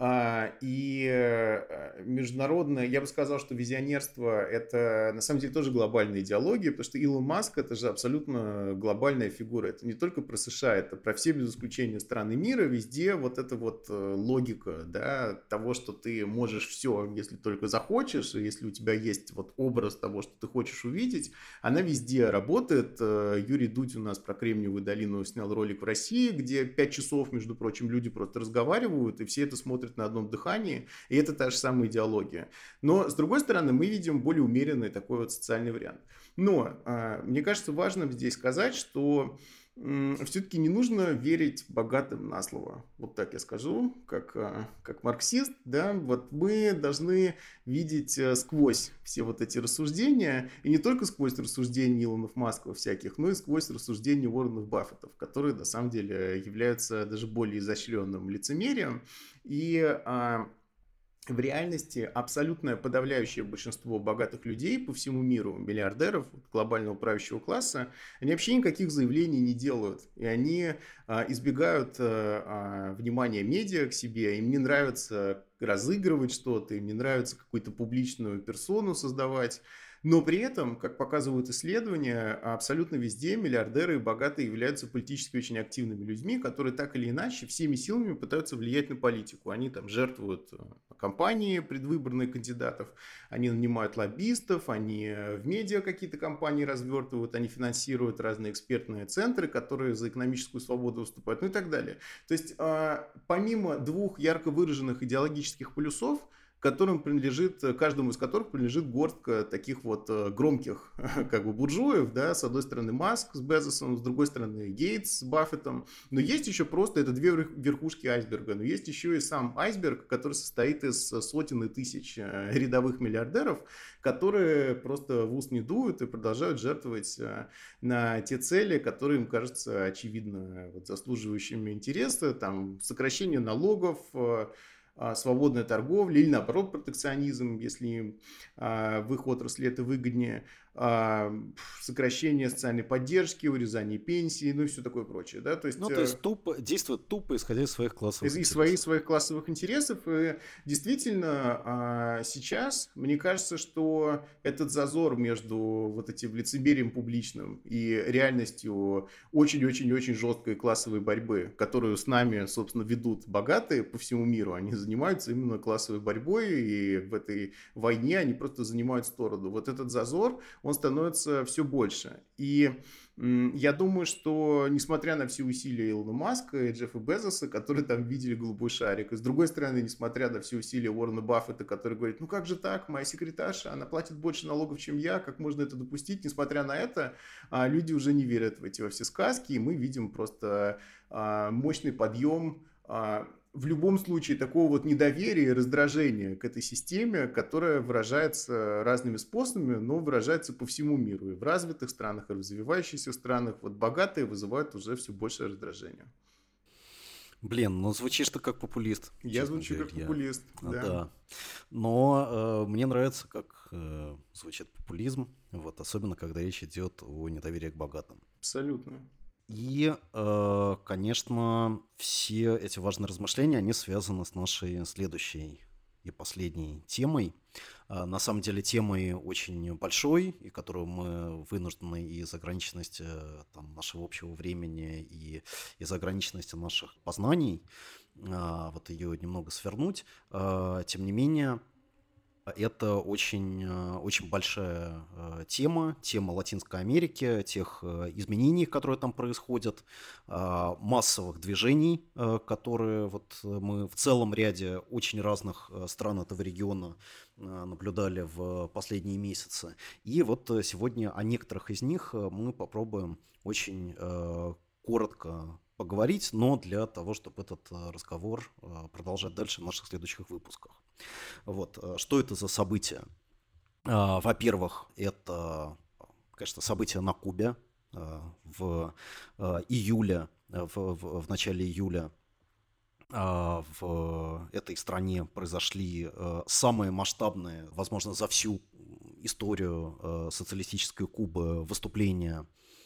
И международное, я бы сказал, что визионерство – это на самом деле тоже глобальная идеология, потому что Илон Маск – это же абсолютно глобальная фигура. Это не только про США, это про все без исключения страны мира. Везде вот эта вот логика, да, того, что ты можешь все, если только захочешь, и если у тебя есть вот образ того, что ты хочешь увидеть, она везде работает. Юрий Дудь у нас про Кремниевую долину снял ролик в России, где пять часов, между прочим, люди просто разговаривают, и все это смотрят на одном дыхании, и это та же самая идеология. Но, с другой стороны, мы видим более умеренный такой вот социальный вариант. Но, мне кажется, важно здесь сказать, что все-таки не нужно верить богатым на слово. Вот так я скажу, как, как марксист, да, вот мы должны видеть сквозь все вот эти рассуждения, и не только сквозь рассуждения Илонов Масков всяких, но и сквозь рассуждения Уорренов Баффетов, которые на самом деле являются даже более изощренным лицемерием. И а, в реальности абсолютное подавляющее большинство богатых людей по всему миру, миллиардеров, глобального правящего класса, они вообще никаких заявлений не делают. И они а, избегают а, внимания медиа к себе, им не нравится разыгрывать что-то, им не нравится какую-то публичную персону создавать. Но при этом, как показывают исследования, абсолютно везде миллиардеры и богатые являются политически очень активными людьми, которые так или иначе всеми силами пытаются влиять на политику. Они там жертвуют кампании предвыборных кандидатов, они нанимают лоббистов, они в медиа какие-то кампании развертывают, они финансируют разные экспертные центры, которые за экономическую свободу выступают, ну и так далее. То есть помимо двух ярко выраженных идеологических полюсов, которым принадлежит, каждому из которых принадлежит горстка таких вот громких как бы буржуев, да, с одной стороны Маск с Безосом, с другой стороны Гейтс с Баффетом, но есть еще просто, это две верхушки айсберга, но есть еще и сам айсберг, который состоит из сотен и тысяч рядовых миллиардеров, которые просто в ус не дуют и продолжают жертвовать на те цели, которые им кажутся очевидно вот, заслуживающими интереса, там сокращение налогов, свободная торговля или, наоборот, протекционизм, если а, в их отрасли это выгоднее, а, сокращение социальной поддержки, урезание пенсии, ну и все такое прочее. Да? То есть, ну, то есть тупо, действует тупо, исходя из своих классовых из интересов. Своих, своих классовых интересов. И действительно, а, сейчас, мне кажется, что этот зазор между вот этим лицемерием публичным и реальностью очень-очень-очень жесткой классовой борьбы, которую с нами, собственно, ведут богатые по всему миру, они занимаются именно классовой борьбой, и в этой войне они просто занимают сторону. Вот этот зазор, он становится все больше. И м, я думаю, что несмотря на все усилия Илона Маска и Джеффа Безоса, которые там видели голубой шарик, и с другой стороны, несмотря на все усилия Уоррена Баффета, который говорит, ну как же так, моя секретарша, она платит больше налогов, чем я, как можно это допустить? Несмотря на это, а, люди уже не верят в эти во все сказки, и мы видим просто а, мощный подъем а, в любом случае такого вот недоверия и раздражения к этой системе, которая выражается разными способами, но выражается по всему миру. И в развитых странах, и в развивающихся странах. Вот богатые вызывают уже все большее раздражение. Блин, ну звучишь ты как популист. Я звучу говоря. как популист, я... да. да. Но э, мне нравится, как э, звучит популизм, вот, особенно когда речь идет о недоверии к богатым. Абсолютно. И, э, конечно, все эти важные размышления, они связаны с нашей следующей и последней темой. На самом деле темой очень большой, и которую мы вынуждены из ограниченности там, нашего общего времени и из ограниченности наших познаний вот ее немного свернуть. Тем не менее, это очень, очень большая тема, тема Латинской Америки, тех изменений, которые там происходят, массовых движений, которые вот мы в целом ряде очень разных стран этого региона наблюдали в последние месяцы. И вот сегодня о некоторых из них мы попробуем очень коротко поговорить, но для того, чтобы этот разговор продолжать дальше в наших следующих выпусках. Вот. Что это за события? Во-первых, это, конечно, события на Кубе в июле, в, в, в начале июля в этой стране произошли самые масштабные, возможно, за всю историю социалистической Кубы выступления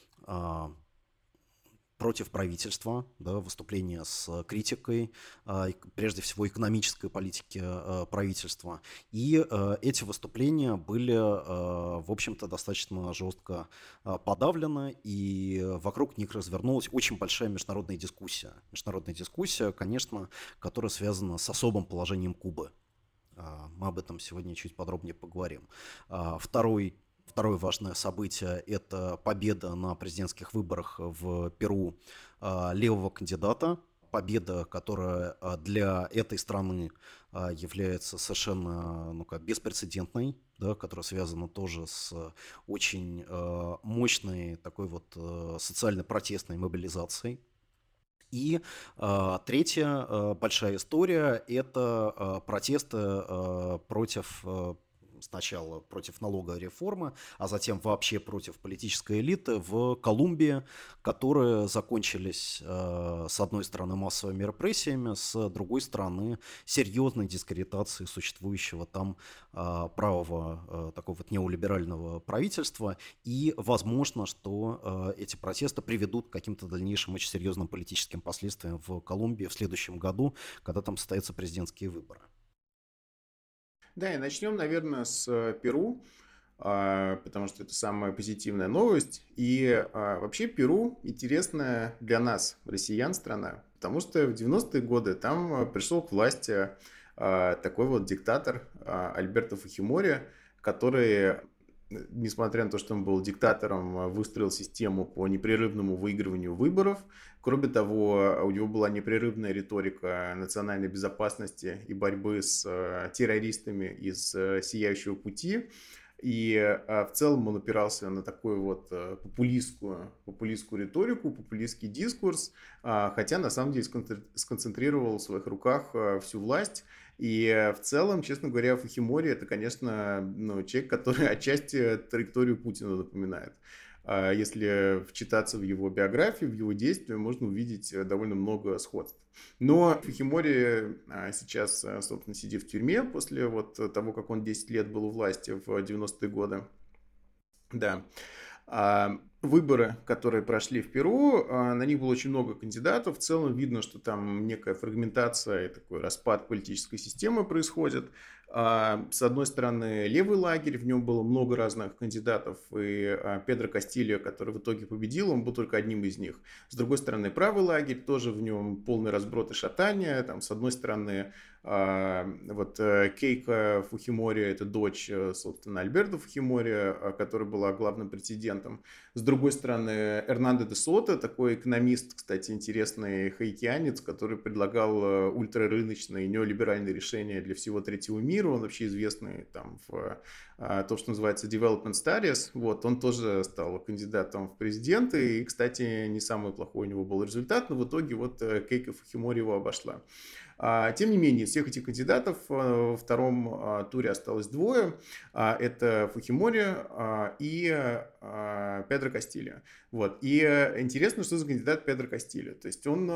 против правительства, да, выступления с критикой, прежде всего экономической политики правительства. И эти выступления были, в общем-то, достаточно жестко подавлены, и вокруг них развернулась очень большая международная дискуссия. Международная дискуссия, конечно, которая связана с особым положением Кубы. Мы об этом сегодня чуть подробнее поговорим. Второй Второе важное событие – это победа на президентских выборах в Перу левого кандидата. Победа, которая для этой страны является совершенно ну, как беспрецедентной, да, которая связана тоже с очень мощной такой вот социально протестной мобилизацией. И э, третья э, большая история – это э, протесты э, против э, сначала против налоговой реформы, а затем вообще против политической элиты в Колумбии, которые закончились э, с одной стороны массовыми репрессиями, с другой стороны серьезной дискредитацией существующего там э, правого э, такого вот неолиберального правительства. И возможно, что э, эти протесты приведут к каким-то дальнейшим очень серьезным политическим последствиям в Колумбии в следующем году, когда там состоятся президентские выборы. Да, и начнем, наверное, с Перу, потому что это самая позитивная новость. И вообще Перу интересная для нас, россиян, страна, потому что в девяностые годы там пришел к власти такой вот диктатор Альберто Фухимори, который, несмотря на то, что он был диктатором, выстроил систему по непрерывному выигрыванию выборов. Кроме того, у него была непрерывная риторика национальной безопасности и борьбы с террористами из «Сияющего пути». И в целом он опирался на такую вот популистскую, популистскую риторику, популистский дискурс, хотя на самом деле сконцентрировал в своих руках всю власть. И в целом, честно говоря, Фухимори это, конечно, ну, человек, который отчасти траекторию Путина напоминает. Если вчитаться в его биографию, в его действия, можно увидеть довольно много сходств. Но Фухимори сейчас, собственно, сидит в тюрьме после вот того, как он десять лет был у власти в девяностые годы. Да. Выборы, которые прошли в Перу, на них было очень много кандидатов. В целом видно, что там некая фрагментация и такой распад политической системы происходит. С одной стороны, левый лагерь, в нем было много разных кандидатов, и Педро Кастильо, который в итоге победил, он был только одним из них. С другой стороны, правый лагерь, тоже в нем полный разброд и шатание. Там, с одной стороны, вот Кейко Фухимори, это дочь, собственно, Альберто Фухимори, которая была главным претендентом. С другой стороны, Эрнандо де Сото, такой экономист, кстати, интересный хаитянец, который предлагал ультрарыночные неолиберальные решения для всего третьего мира. Он вообще известный там в то, что называется Development Studies. Вот, он тоже стал кандидатом в президенты. И, кстати, не самый плохой у него был результат, но в итоге вот Кейко Фухимори его обошла. Тем не менее, из всех этих кандидатов во втором туре осталось двое. Это Фухимори и Педро Кастильо. Вот. И интересно, что за кандидат Педро Кастильо. То есть он,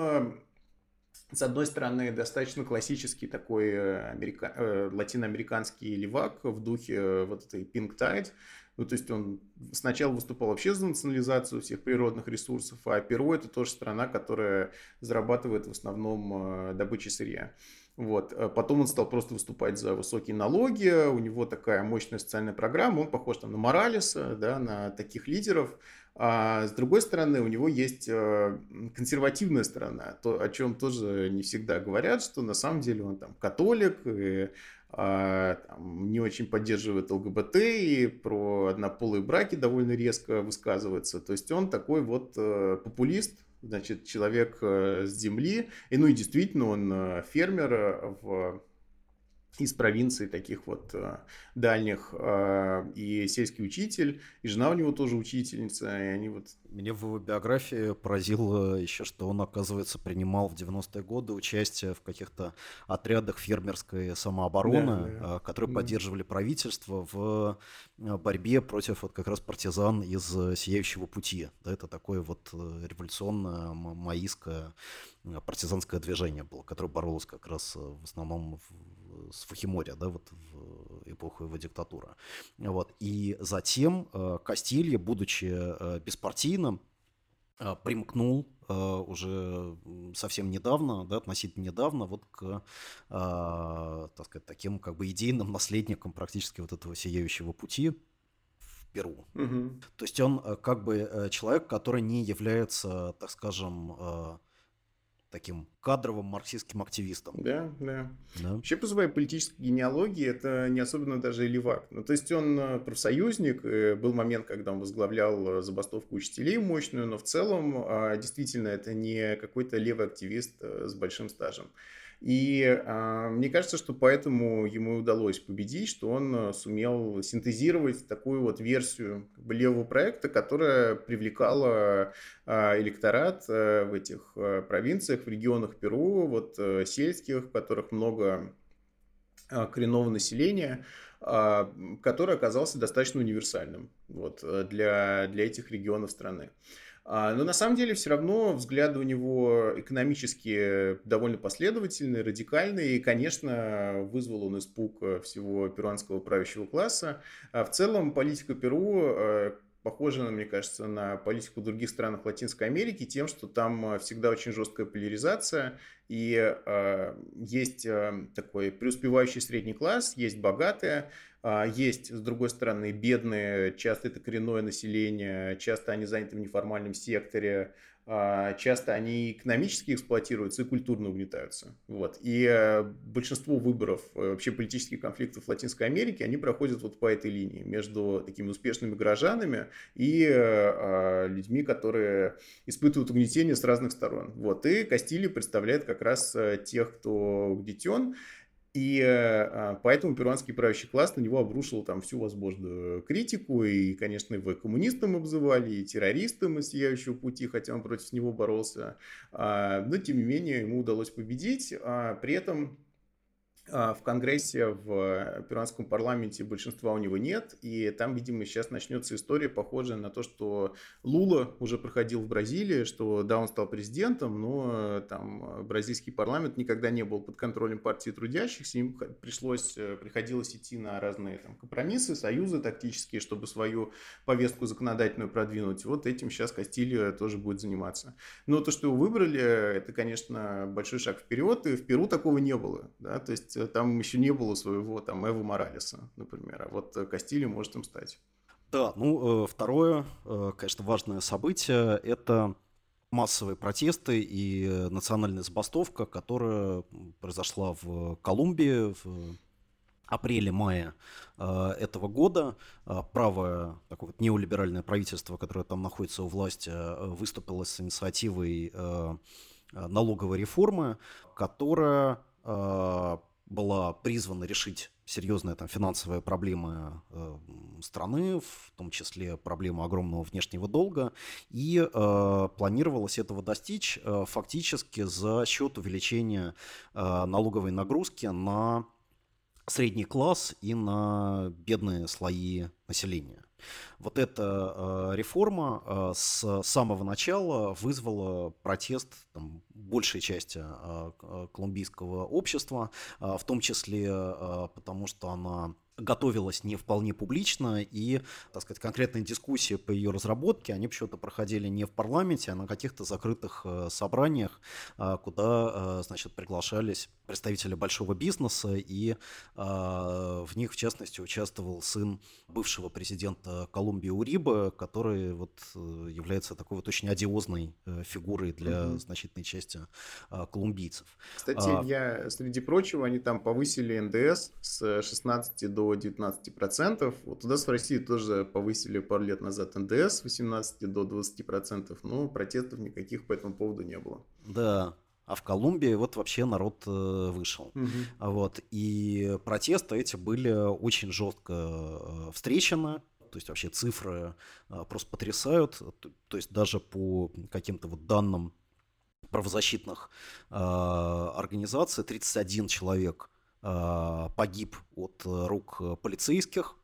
с одной стороны, достаточно классический такой америка... латиноамериканский левак в духе вот этой Pink Tide. Ну, то есть он сначала выступал вообще за национализацию всех природных ресурсов, а Перу это тоже страна, которая зарабатывает в основном добычей сырья. Вот. А потом он стал просто выступать за высокие налоги, у него такая мощная социальная программа, он похож там на Моралеса, да, на таких лидеров. А с другой стороны, у него есть э, консервативная сторона, то, о чем тоже не всегда говорят, что на самом деле он там католик, и, а, там, не очень поддерживает ЛГБТ, и про однополые браки довольно резко высказывается. То есть он такой вот э, популист, значит, человек э, с земли. И, ну и действительно, он э, фермер э, в, из провинций таких вот э, дальних, э, и сельский учитель, и жена у него тоже учительница, и они вот... Меня в его биографии поразило еще, что он, оказывается, принимал в девяностые годы участие в каких-то отрядах фермерской самообороны, Да, да, а, которые да. поддерживали правительство в а, борьбе против вот как раз партизан из э, «Сияющего пути». Да, это такое вот э, революционное ма- маоистское э, партизанское движение было, которое боролось как раз э, в основном в- с Фухимори, да, вот в эпоху его диктатуры. Вот. И затем э, Кастилья, будучи э, беспартийным, э, примкнул э, уже м, совсем недавно, да, относительно недавно, вот к, э, так сказать, таким как бы идейным наследникам практически вот этого «Сияющего пути» в Перу. Мгм. То есть он э, как бы э, человек, который не является, так скажем, э, таким кадровым марксистским активистом. Да, да. Да? Вообще, по своей политической генеалогии, это не особенно даже и левак. Ну, то есть он э, профсоюзник, э, был момент, когда он возглавлял э, забастовку учителей мощную, но в целом а, действительно это не какой-то левый активист э, с большим стажем. И а, мне кажется, что поэтому ему удалось победить, что он э, сумел синтезировать такую вот версию как бы левого проекта, которая привлекала а, электорат э, в этих э, провинциях, в регионах Перу, вот э, сельских, в которых много а, коренного населения, а, который оказался достаточно универсальным вот, э, для, для этих регионов страны. А, Но на самом деле все равно взгляды у него экономически довольно последовательные, радикальные, и, конечно, вызвал он испуг э, всего перуанского правящего класса. А в целом политика Перу э, похожа, мне кажется, на политику других стран Латинской Америки тем, что там э, всегда очень жесткая поляризация, и э, есть э, такой преуспевающий средний класс, есть богатые, а, есть, с другой стороны, бедные, часто это коренное население, часто они заняты в неформальном секторе, а, часто они экономически эксплуатируются и культурно угнетаются. Вот. И э, большинство выборов, э, вообще политических конфликтов в Латинской Америке, они проходят вот по этой линии, между такими успешными горожанами и э, а, людьми, которые испытывают угнетение с разных сторон. Вот. И Кастильо представляет как раз э, тех, кто угнетен. И э, поэтому перуанский правящий класс на него обрушил там всю возможную критику. И, конечно, его и коммунистом обзывали, и террористом из «Сияющего пути», хотя он против него боролся. А, но, тем не менее, ему удалось победить. А, при этом а, в Конгрессе, в перуанском парламенте большинства у него нет, и там, видимо, сейчас начнется история, похожая на то, что Лула уже проходил в Бразилии, что да, он стал президентом, но там бразильский парламент никогда не был под контролем партии трудящихся, им пришлось, приходилось идти на разные там компромиссы, союзы тактические, чтобы свою повестку законодательную продвинуть. Вот этим сейчас Кастильо тоже будет заниматься. Но то, что его выбрали, это, конечно, большой шаг вперед, и в Перу такого не было, да, то есть там еще не было своего там Эво Моралеса, например, а вот Кастильо может им стать. Да, ну, э, второе, э, конечно, важное событие – это массовые протесты и э, национальная забастовка, которая м, произошла в Колумбии в апреле-мае э, этого года. Э, правое, такое вот неолиберальное правительство, которое там находится у власти, э, выступило с инициативой э, э, налоговой реформы, которая э, была призвана решить серьезные там финансовые проблемы э, страны, в том числе проблему огромного внешнего долга, и э, планировалось этого достичь э, фактически за счет увеличения э, налоговой нагрузки на средний класс и на бедные слои населения. Вот эта э, реформа э, с самого начала вызвала протест там, большей части э, колумбийского общества, э, в том числе э, потому, что она готовилась не вполне публично, и, так сказать, конкретные дискуссии по ее разработке, они почему-то проходили не в парламенте, а на каких-то закрытых э, собраниях, э, куда, э, значит, приглашались представители большого бизнеса, и э, в них, в частности, участвовал сын бывшего президента Колумбии Урибе, который вот э, является такой вот очень одиозной э, фигурой для Мгм. значительной части э, колумбийцев. Кстати, А, я, среди прочего, они там повысили эн дэ эс с шестнадцати до девятнадцати процентов. Вот у нас в России тоже повысили пару лет назад эн дэ эс с восемнадцати до двадцати процентов, но протестов никаких по этому поводу не было. Да, а в Колумбии вот вообще народ э, вышел. Мгм. А Вот. И протесты эти были очень жестко э, встречены. То есть вообще цифры э, просто потрясают. То, то есть даже по каким-то вот данным правозащитных э, организаций тридцать один человек э, погиб от э, рук э, полицейских.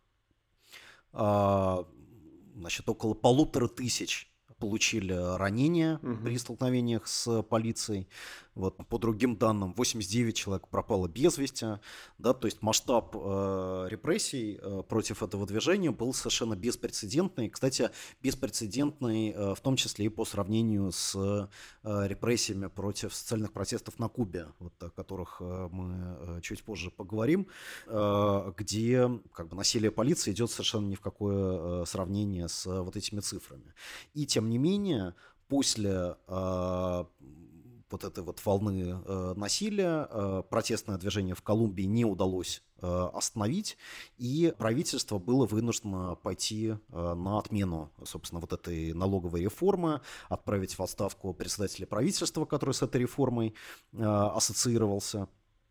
А, Значит, около полутора тысяч получили ранения при Мгм. столкновениях с полицией. Вот, по другим данным, восемьдесят девять человек пропало без вести. Да, то есть масштаб э, репрессий э, против этого движения был совершенно беспрецедентный. Кстати, беспрецедентный э, в том числе и по сравнению с э, репрессиями против социальных протестов на Кубе, вот, о которых э, мы э, чуть позже поговорим, э, где как бы, насилие полиции идет совершенно ни в какое э, сравнение с э, вот этими цифрами. И тем не менее, после э, вот этой вот волны э, насилия э, протестное движение в Колумбии не удалось э, остановить, и правительство было вынуждено пойти э, на отмену, собственно, вот этой налоговой реформы, отправить в отставку председателя правительства, который с этой реформой э, ассоциировался.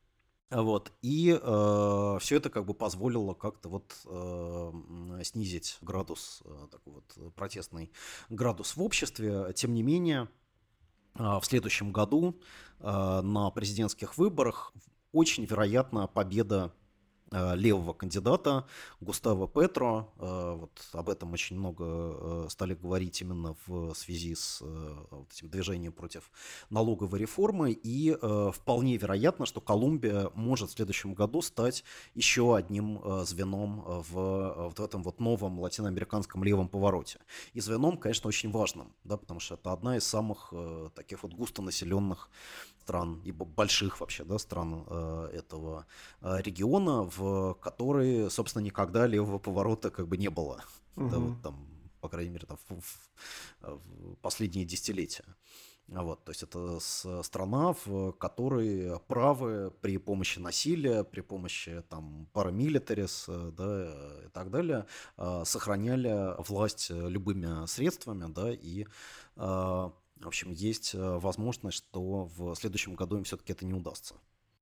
Вот. И э, все это как бы позволило как-то вот э, снизить градус, э, такой вот протестный градус в обществе. Тем не менее, э, в следующем году э, на президентских выборах очень вероятна победа э, левого кандидата Густаво Петро. Э, Вот об этом очень много э, стали говорить именно в связи с э, вот этим движением против налоговой реформы. И э, вполне вероятно, что Колумбия может в следующем году стать еще одним э, звеном в, э, вот в этом вот новом латиноамериканском левом повороте. И звеном, конечно, очень важным, да, потому что это одна из самых э, таких вот густонаселенных стран, и б- больших вообще, да, стран э, этого э, региона, в которой, собственно, никогда левого поворота как бы не было, да, вот Мгм. там, по крайней мере, там, в, в- в последние десятилетия. А Вот, то есть это с- страна, в которой правы при помощи насилия, при помощи там парамилитарис, э, да, э, и так далее, э, сохраняли власть э, любыми средствами, да, и э, в общем, есть э, возможность, что в следующем году им все-таки это не удастся.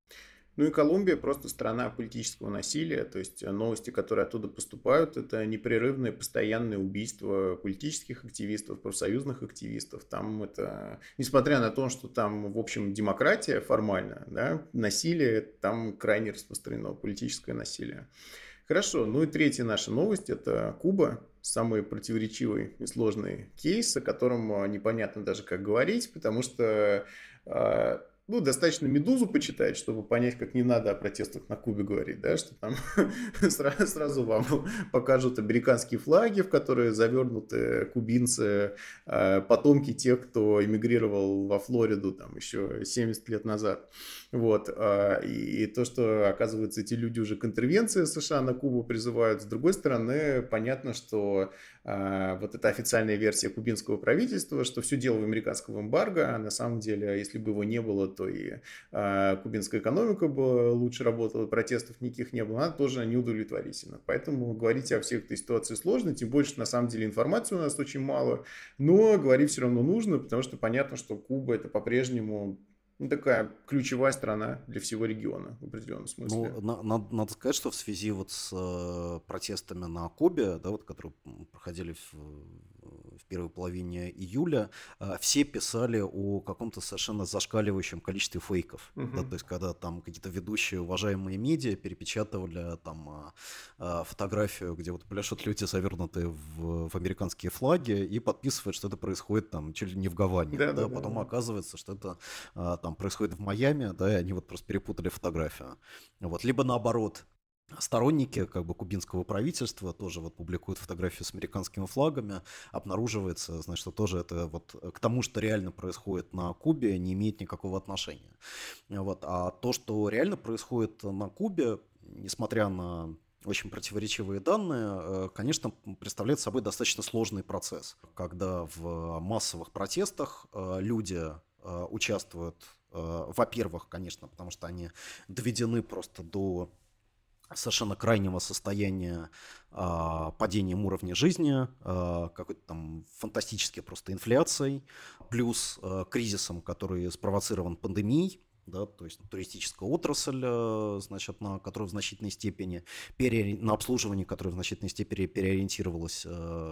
Ну и Колумбия просто страна политического насилия, то есть э, новости, которые оттуда поступают, это непрерывные, постоянные убийства политических активистов, профсоюзных активистов. Там это, несмотря на то, что там, в общем, демократия формально, да, насилие там крайне распространено, политическое насилие. Хорошо, ну и третья наша новость – это Куба. Самый противоречивый и сложный кейс, о котором э, непонятно даже как говорить, потому что э, ну, достаточно «Медузу» почитать, чтобы понять, как не надо о протестах на Кубе говорить, да, что там сра- сразу вам покажут американские флаги, в которые завернуты кубинцы, э, потомки тех, кто эмигрировал во Флориду там еще семьдесят лет назад. Вот. а, И то, что, оказывается, эти люди уже к интервенции США на Кубу призывают. С другой стороны, понятно, что а, вот эта официальная версия кубинского правительства, что все дело в американском эмбарго, а на самом деле, если бы его не было, то и а, кубинская экономика бы лучше работала, протестов никаких не было, она тоже неудовлетворительна. Поэтому говорить о всей этой ситуации сложно, тем больше, на самом деле, информации у нас очень мало, но говорить все равно нужно, потому что понятно, что Куба это по-прежнему ну, такая ключевая страна для всего региона в определенном смысле. Ну, на- на- надо сказать, что в связи вот с э, протестами на Кубе, да, вот, которые м, проходили в, в первой половине июля, э, все писали о каком-то совершенно зашкаливающем количестве фейков. Да, то Мгм. есть, когда там какие-то ведущие, уважаемые медиа перепечатывали там а, а, фотографию, где вот пляшут люди, завернутые в, в американские флаги, и подписывают, что это происходит там чуть ли не в Гаване. Да, да, Да, да, потом да. оказывается, что это а, там происходит в Майами, да, и они вот просто перепутали фотографию. Вот, либо наоборот, сторонники как бы кубинского правительства тоже вот публикуют фотографии с американскими флагами, обнаруживается, значит, что тоже это вот к тому, что реально происходит на Кубе, не имеет никакого отношения. Вот. А то, что реально происходит на Кубе, несмотря на очень противоречивые данные, конечно, представляет собой достаточно сложный процесс, когда в массовых протестах люди участвуют, во-первых, конечно, потому что они доведены просто до совершенно крайнего состояния а, падением уровня жизни, а, какой-то там фантастической просто инфляцией, плюс а, кризисом, который спровоцирован пандемией, да, то есть туристическая отрасль, значит, на которую в значительной степени, пере, на обслуживание которой в значительной степени переориентировалось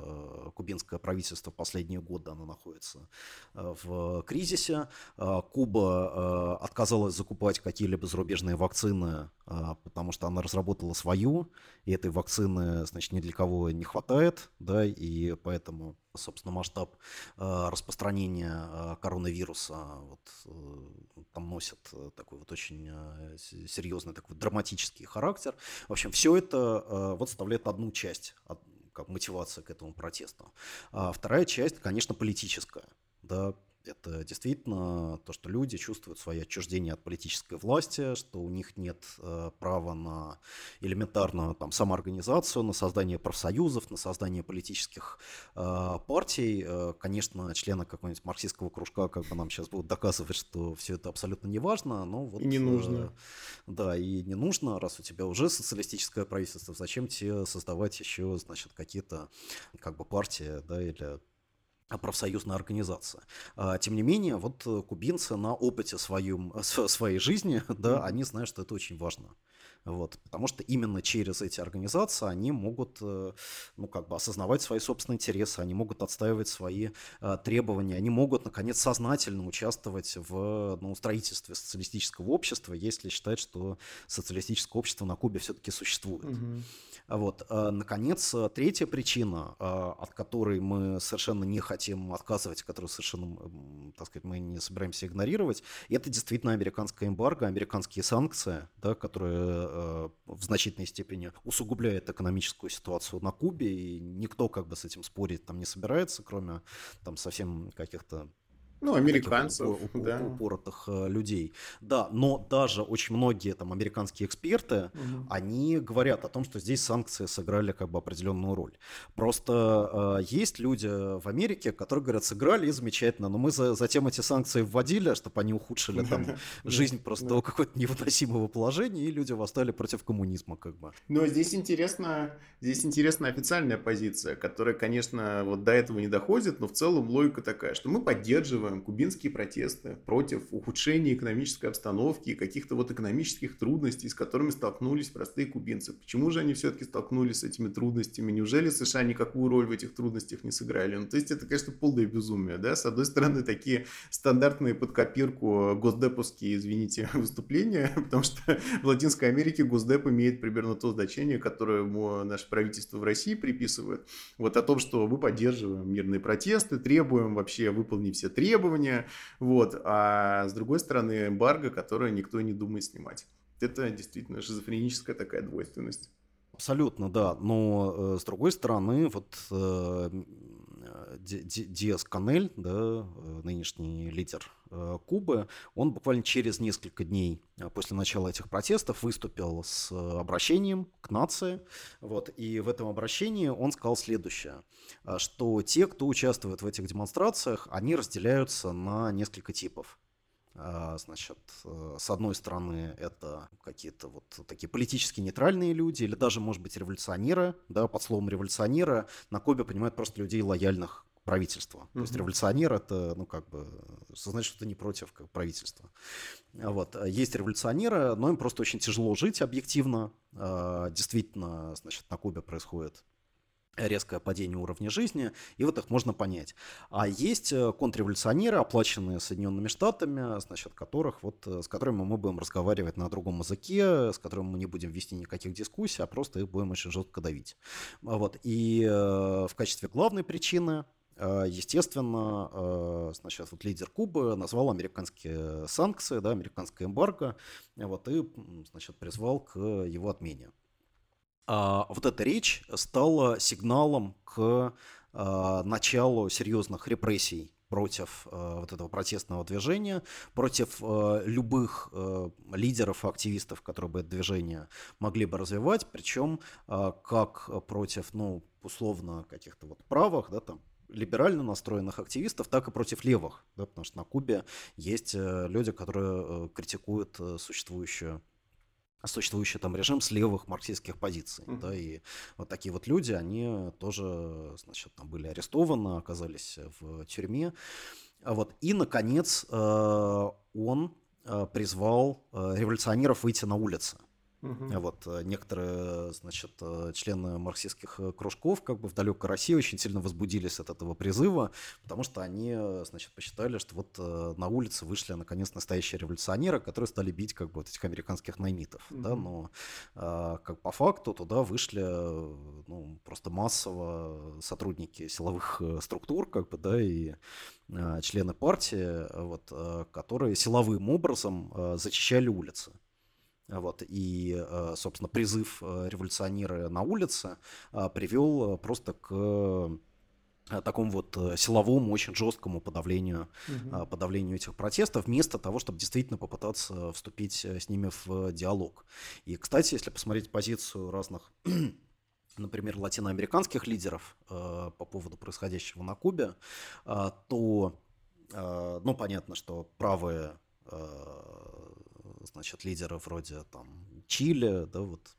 э, кубинское правительство в последние годы, оно находится э, в кризисе. Э, Куба э, отказалась закупать какие-либо зарубежные вакцины, э, потому что она разработала свою, и этой вакцины, значит, ни для кого не хватает, да, и поэтому, собственно, масштаб э, распространения э, коронавируса вот, э, там носит такой вот очень э, серьезный, такой драматический характер. В общем, все это э, вот составляет одну часть, от, как мотивация к этому протесту. А вторая часть, конечно, политическая, да. Это действительно то, что люди чувствуют свое отчуждение от политической власти, что у них нет э, права на элементарную там, самоорганизацию, на создание профсоюзов, на создание политических э, партий. Э, конечно, члены какого-нибудь марксистского кружка как бы нам сейчас будут доказывать, что все это абсолютно не важно, но вот, И не нужно. Э, да, и не нужно, раз у тебя уже социалистическое правительство, зачем тебе создавать еще, значит, какие-то как бы партии, да, или профсоюзная организация. Тем не менее, вот кубинцы на опыте своем, своей жизни, да, mm-hmm. они знают, что это очень важно. Вот, потому что именно через эти организации они могут, ну, как бы осознавать свои собственные интересы, они могут отстаивать свои uh, требования, они могут, наконец, сознательно участвовать в ну, строительстве социалистического общества, если считать, что социалистическое общество на Кубе все-таки существует. Mm-hmm. Вот. Наконец, третья причина, от которой мы совершенно не хотим отказывать, которую совершенно, так сказать, мы не собираемся игнорировать, это действительно американская эмбарго, американские санкции, да, которые в значительной степени усугубляют экономическую ситуацию на Кубе, и никто как бы с этим спорить там не собирается, кроме там совсем каких-то Ну, американцев, упор, да. упоротых людей. Да, но даже очень многие там американские эксперты, угу. они говорят о том, что здесь санкции сыграли как бы определенную роль. Просто э, есть люди в Америке, которые говорят, сыграли и замечательно, но мы за, затем эти санкции вводили, чтобы они ухудшили там жизнь просто до какого-то невыносимого положения, и люди восстали против коммунизма как бы. Но здесь интересно, здесь интересна официальная позиция, которая, конечно, вот до этого не доходит, но в целом логика такая, что мы поддерживаем кубинские протесты против ухудшения экономической обстановки и каких-то вот экономических трудностей, с которыми столкнулись простые кубинцы. Почему же они все-таки столкнулись с этими трудностями? Неужели США никакую роль в этих трудностях не сыграли? Ну, то есть это, конечно, полное безумие, да? С одной стороны, такие стандартные под копирку госдеповские, извините, выступления, потому что в Латинской Америке госдеп имеет примерно то значение, которое ему наше правительство в России приписывает. Вот о том, что мы поддерживаем мирные протесты, требуем вообще выполнить все требования, вот, а с другой стороны эмбарго, которое никто не думает снимать. Это действительно шизофреническая такая двойственность. Абсолютно, да, но э, с другой стороны, вот э, Диас-Канель, да, нынешний лидер э, Кубы, он буквально через несколько дней после начала этих протестов выступил с обращением к нации, вот, и в этом обращении он сказал следующее, что те, кто участвует в этих демонстрациях, они разделяются на несколько типов. Значит, с одной стороны, это какие-то вот такие политически нейтральные люди, или даже, может быть, революционеры, да, под словом революционера на Кубе понимают просто людей лояльных к правительству. Mm-hmm. То есть революционер это, ну, как бы, значит, что ты не против как правительства. Вот. Есть революционеры, но им просто очень тяжело жить объективно. Действительно, значит, на Кубе происходит резкое падение уровня жизни, и вот их можно понять. А есть контрреволюционеры, оплаченные Соединенными Штатами, значит, которых, вот, с которыми мы будем разговаривать на другом языке, с которыми мы не будем вести никаких дискуссий, а просто их будем очень жестко давить. Вот. И в качестве главной причины, естественно, значит, вот лидер Кубы назвал американские санкции, да, американское эмбарго, вот, и, значит, призвал к его отмене. а, вот эта речь стала сигналом к а, началу серьезных репрессий против а, вот этого протестного движения, против а, любых а, лидеров, активистов, которые бы это движение могли бы развивать, причем а, как против, ну, условно, каких-то вот правых, да, там, либерально настроенных активистов, так и против левых, да, потому что на Кубе есть э, люди, которые э, критикуют э, существующую существующий там режим с левых марксистских позиций, Мгм. да, и вот такие вот люди, они тоже, значит, там были арестованы, оказались в тюрьме, а вот, и, наконец, э, он э, призвал э, революционеров выйти на улицы. Мгм. А Вот э, некоторые, значит, э, члены марксистских э, кружков как бы в далекой России очень сильно возбудились от этого призыва, потому что они, э, значит, посчитали, что вот э, на улице вышли наконец настоящие революционеры, которые стали бить как бы вот этих американских наймитов, да, Мгм. но э, как по факту туда вышли, э, ну, просто массово сотрудники силовых э, структур, как бы, да, и э, члены партии, э, вот, э, которые силовым образом э, зачищали улицы. Вот, и, э, собственно, призыв э, революционеры на улице а, привел э, просто к э, такому вот э, силовому, очень жесткому подавлению, Мгм. а, подавлению этих протестов, вместо того, чтобы действительно попытаться вступить э, с ними в диалог. И, кстати, если посмотреть позицию разных, например, латиноамериканских лидеров э, по поводу происходящего на Кубе, а, то, э, ну, понятно, что правые, э, значит, лидеры вроде там Чили, да, вот,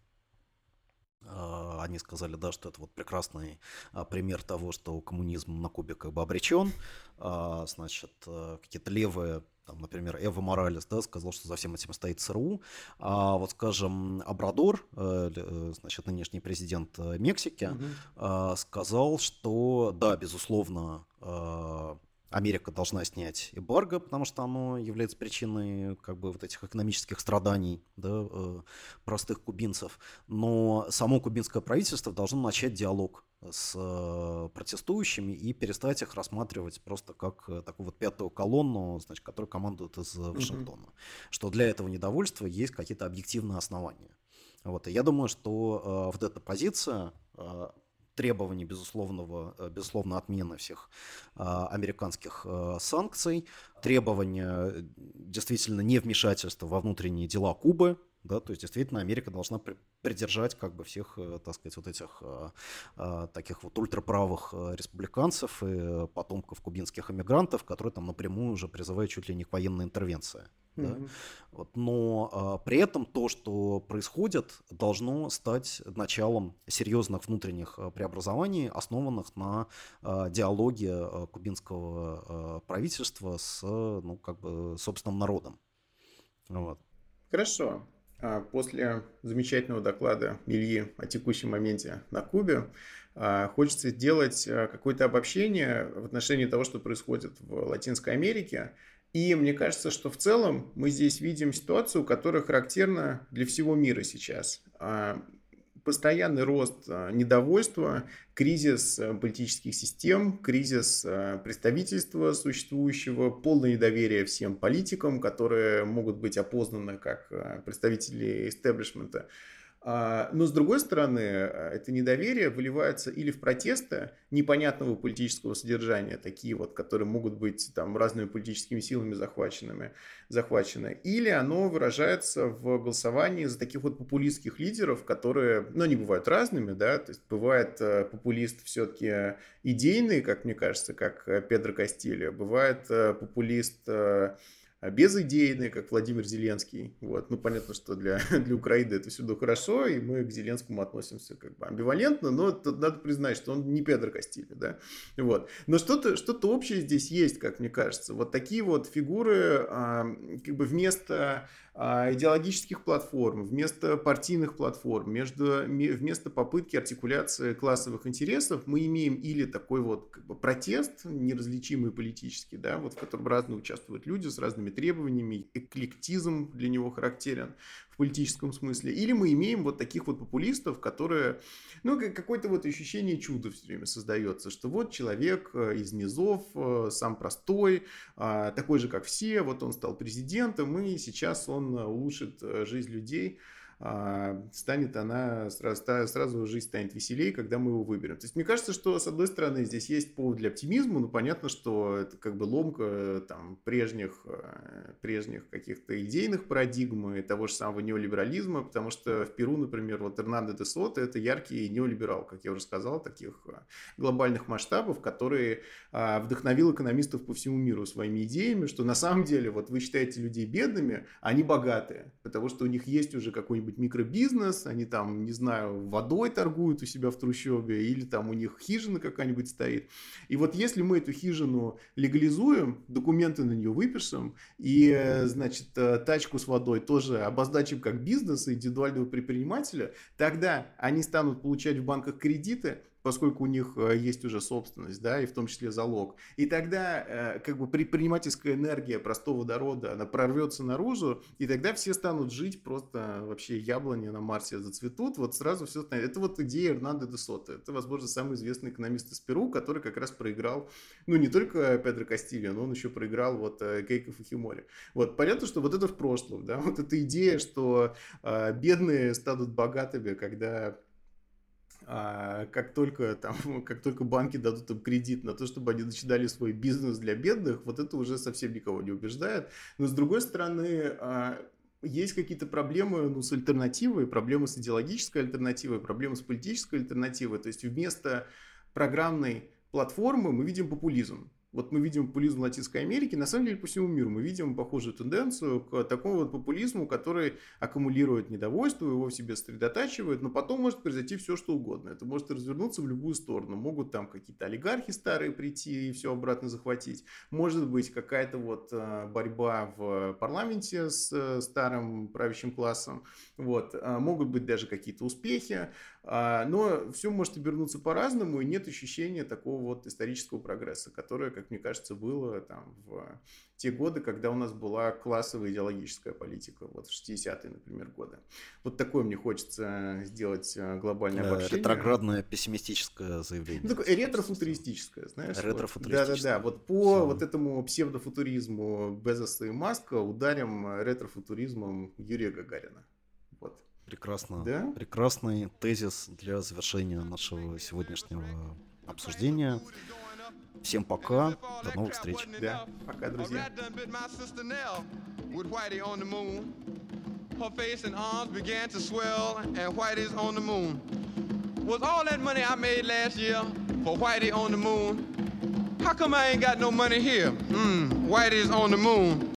а, они сказали, да, что это вот прекрасный а, пример того, что коммунизм на Кубе как бы обречен. А, значит, э, какие-то левые, там, например, Эво Моралес, да, сказал, что за всем этим стоит ЦРУ. А вот, скажем, Обрадор, э, л- э, значит, нынешний президент э, Мексики, Мгм. а, сказал, что, да, безусловно, а, Америка должна снять эмбарго, потому что оно является причиной как бы вот этих экономических страданий, да, э, простых кубинцев. Но само кубинское правительство должно начать диалог с э, протестующими и перестать их рассматривать просто как э, такую вот пятую колонну, значит, которая командует из э, Мгм. Вашингтона. Что для этого недовольства есть какие-то объективные основания. Вот. И я думаю, что э, вот эта позиция э, требований безусловного, э, безусловно отмены всех э, американских э, санкций, требования э, действительно невмешательства во внутренние дела Кубы, да, то есть действительно Америка должна при- придержать как бы всех, э, так сказать, вот этих э, э, таких вот ультраправых э, республиканцев и э, потомков кубинских эмигрантов, которые там напрямую уже призывают чуть ли не к военной интервенции. Да? Мгм. Вот, но а, при этом то, что происходит, должно стать началом серьезных внутренних а, преобразований, основанных на а, диалоге а, кубинского а, правительства с, ну, как бы, собственным народом. Вот. Хорошо. А, После замечательного доклада Ильи о текущем моменте на Кубе а, хочется сделать а, какое-то обобщение в отношении того, что происходит в Латинской Америке. И мне кажется, что в целом мы здесь видим ситуацию, которая характерна для всего мира сейчас. А, Постоянный рост а, недовольства, кризис а, политических систем, кризис а, представительства существующего, полное недоверие всем политикам, которые могут быть опознаны как а, представители истеблишмента. А, Но, с другой стороны, а, это недоверие выливается или в протесты непонятного политического содержания, такие вот, которые могут быть там разными политическими силами захваченными, захвачены, или оно выражается в голосовании за таких вот популистских лидеров, которые, ну, они бывают разными, да, то есть бывает э, популист все-таки идейный, как мне кажется, как э, Педро Кастильо, бывает э, популист э, безыдейный, как Владимир Зеленский. Вот. Ну, понятно, что для, для Украины это всюду хорошо, и мы к Зеленскому относимся как бы амбивалентно, но тут надо признать, что он не Педро Кастильо, да. Вот. Но что-то что общее здесь есть, как мне кажется. Вот такие вот фигуры а, как бы вместо а, идеологических платформ, вместо партийных платформ, между, вместо попытки артикуляции классовых интересов мы имеем или такой вот как бы протест неразличимый политический, да, вот в котором разные участвуют люди с разными требованиями, эклектизм для него характерен в политическом смысле, или мы имеем вот таких вот популистов, которые, ну, какое-то вот ощущение чуда все время создается, что вот человек из низов, сам простой, такой же, как все, вот он стал президентом, и сейчас он улучшит жизнь людей. станет она, сразу, сразу жизнь станет веселее, когда мы его выберем. То есть мне кажется, что с одной стороны здесь есть повод для оптимизма, но понятно, что это как бы ломка там, прежних, прежних каких-то идейных парадигм и того же самого неолиберализма, потому что в Перу, например, вот Эрнандо де Сото — это яркий неолиберал, как я уже сказал, таких глобальных масштабов, который вдохновил экономистов по всему миру своими идеями, что на самом деле вот вы считаете людей бедными, они богатые, потому что у них есть уже какой-нибудь микробизнес, они там, не знаю, водой торгуют у себя в трущобе, или там у них хижина какая-нибудь стоит. И вот если мы эту хижину легализуем, документы на нее выпишем, и, значит, тачку с водой тоже обозначим как бизнес индивидуального предпринимателя, тогда они станут получать в банках кредиты, поскольку у них есть уже собственность, да, и в том числе залог. И тогда как бы предпринимательская энергия простого народа, она прорвется наружу, и тогда все станут жить просто вообще яблони на Марсе зацветут, вот сразу все станет. Это вот идея Эрнандо де Сото. Это, возможно, самый известный экономист из Перу, который как раз проиграл, ну, не только Педро Кастильо, но он еще проиграл вот Кейко Фухимори. Вот, понятно, что вот это в прошлом, да, вот эта идея, что э, бедные станут богатыми, когда... Как только, там, как только банки дадут им кредит на то, чтобы они начинали свой бизнес для бедных, вот это уже совсем никого не убеждает. Но с другой стороны, есть какие-то проблемы, ну, с альтернативой, проблемы с идеологической альтернативой, проблемы с политической альтернативой. То есть вместо программной платформы мы видим популизм. Вот мы видим популизм в Латинской Америке, на самом деле по всему миру мы видим похожую тенденцию к такому вот популизму, который аккумулирует недовольство, его в себе сосредотачивает, но потом может произойти все, что угодно. Это может развернуться в любую сторону. Могут там какие-то олигархи старые прийти и все обратно захватить. Может быть какая-то вот борьба в парламенте с старым правящим классом. Вот. Могут быть даже какие-то успехи. Но все может обернуться по-разному, и нет ощущения такого вот исторического прогресса, которое, как мне кажется, было там в те годы, когда у нас была классовая идеологическая политика, вот в шестидесятые, например, годы. Вот такое мне хочется сделать глобальное обобщение. Ретроградное пессимистическое заявление. Ну, такое ретрофутуристическое, знаешь. Ретрофутуристическое. Да-да-да, вот по вот этому псевдофутуризму Безоса и Маска ударим ретрофутуризмом Юрия Гагарина. Вот. Прекрасно. Да? Прекрасный тезис для завершения нашего сегодняшнего обсуждения. Всем пока. До новых встреч. Да, пока, друзья. How come I ain't got no money here? Hmm, Whitey's on the moon.